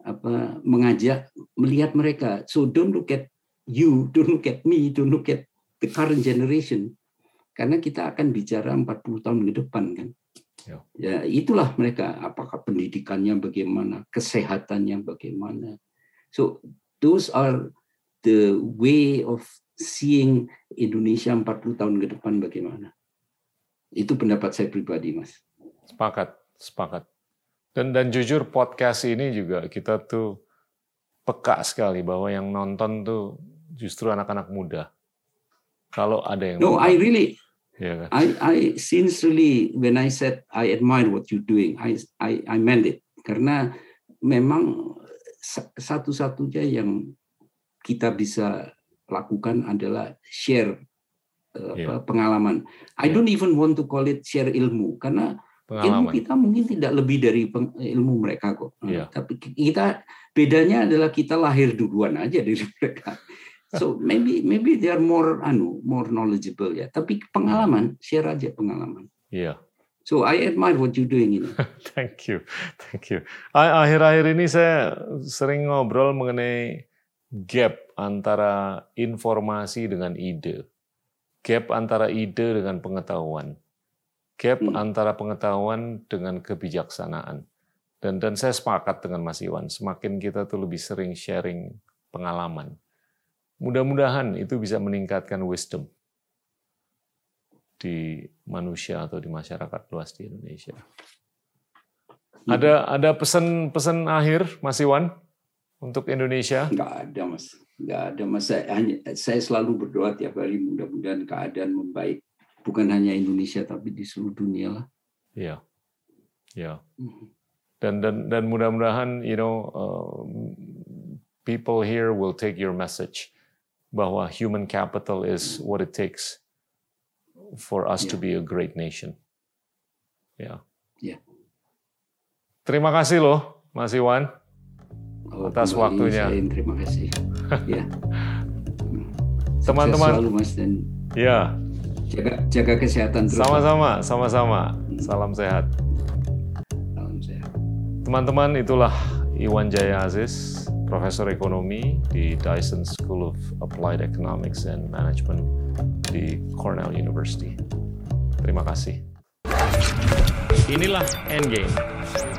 mengajak melihat mereka. So don't look at you, don't look at me, don't look at the current generation. Karena kita akan bicara 40 tahun ke depan kan. Ya, itulah mereka, apakah pendidikannya bagaimana, kesehatannya bagaimana. So those are the way of seeing Indonesia 40 tahun ke depan bagaimana. Itu pendapat saya pribadi, Mas. Sepakat. Dan jujur podcast ini juga kita tuh peka sekali bahwa yang nonton tuh justru anak-anak muda. Kalau ada yang No, nonton. I really Yeah, kan? I sincerely, when I said I admire what you're doing, I meant it. Karena memang satu-satunya yang kita bisa lakukan adalah share pengalaman. I don't even want to call it share ilmu, karena ilmu kita mungkin tidak lebih dari ilmu mereka kok. Tapi kita bedanya adalah kita lahir duluan aja dari mereka. So maybe they are more knowledgeable ya. Tapi pengalaman, share aja pengalaman. Iya. So I admire what you're doing ini. Thank you. Akhir-akhir ini saya sering ngobrol mengenai gap antara informasi dengan ide, gap antara ide dengan pengetahuan, gap antara pengetahuan dengan kebijaksanaan. Dan saya sepakat dengan Mas Iwan, semakin kita tuh lebih sering sharing pengalaman. Mudah-mudahan itu bisa meningkatkan wisdom di manusia atau di masyarakat luas di Indonesia. Ada pesan akhir, Mas Iwan, untuk Indonesia? Nggak ada, Mas. Saya selalu berdoa tiap hari mudah-mudahan keadaan membaik. Bukan hanya Indonesia, tapi di seluruh dunia lah. Iya. Dan mudah-mudahan, people here will take your message bahwa human capital is what it takes for us to be a great nation. Ya. Terima kasih loh, Mas Iwan, atas waktunya. Terima kasih. Ya. Teman-teman. Selalu, Mas, dan ya. Jaga kesehatan terus. Sama-sama. Salam sehat. Salam sehat. Teman-teman, itulah Iwan Jaya Aziz, Profesor Ekonomi di Dyson School of Applied Economics and Management di Cornell University. Terima kasih. Inilah Endgame.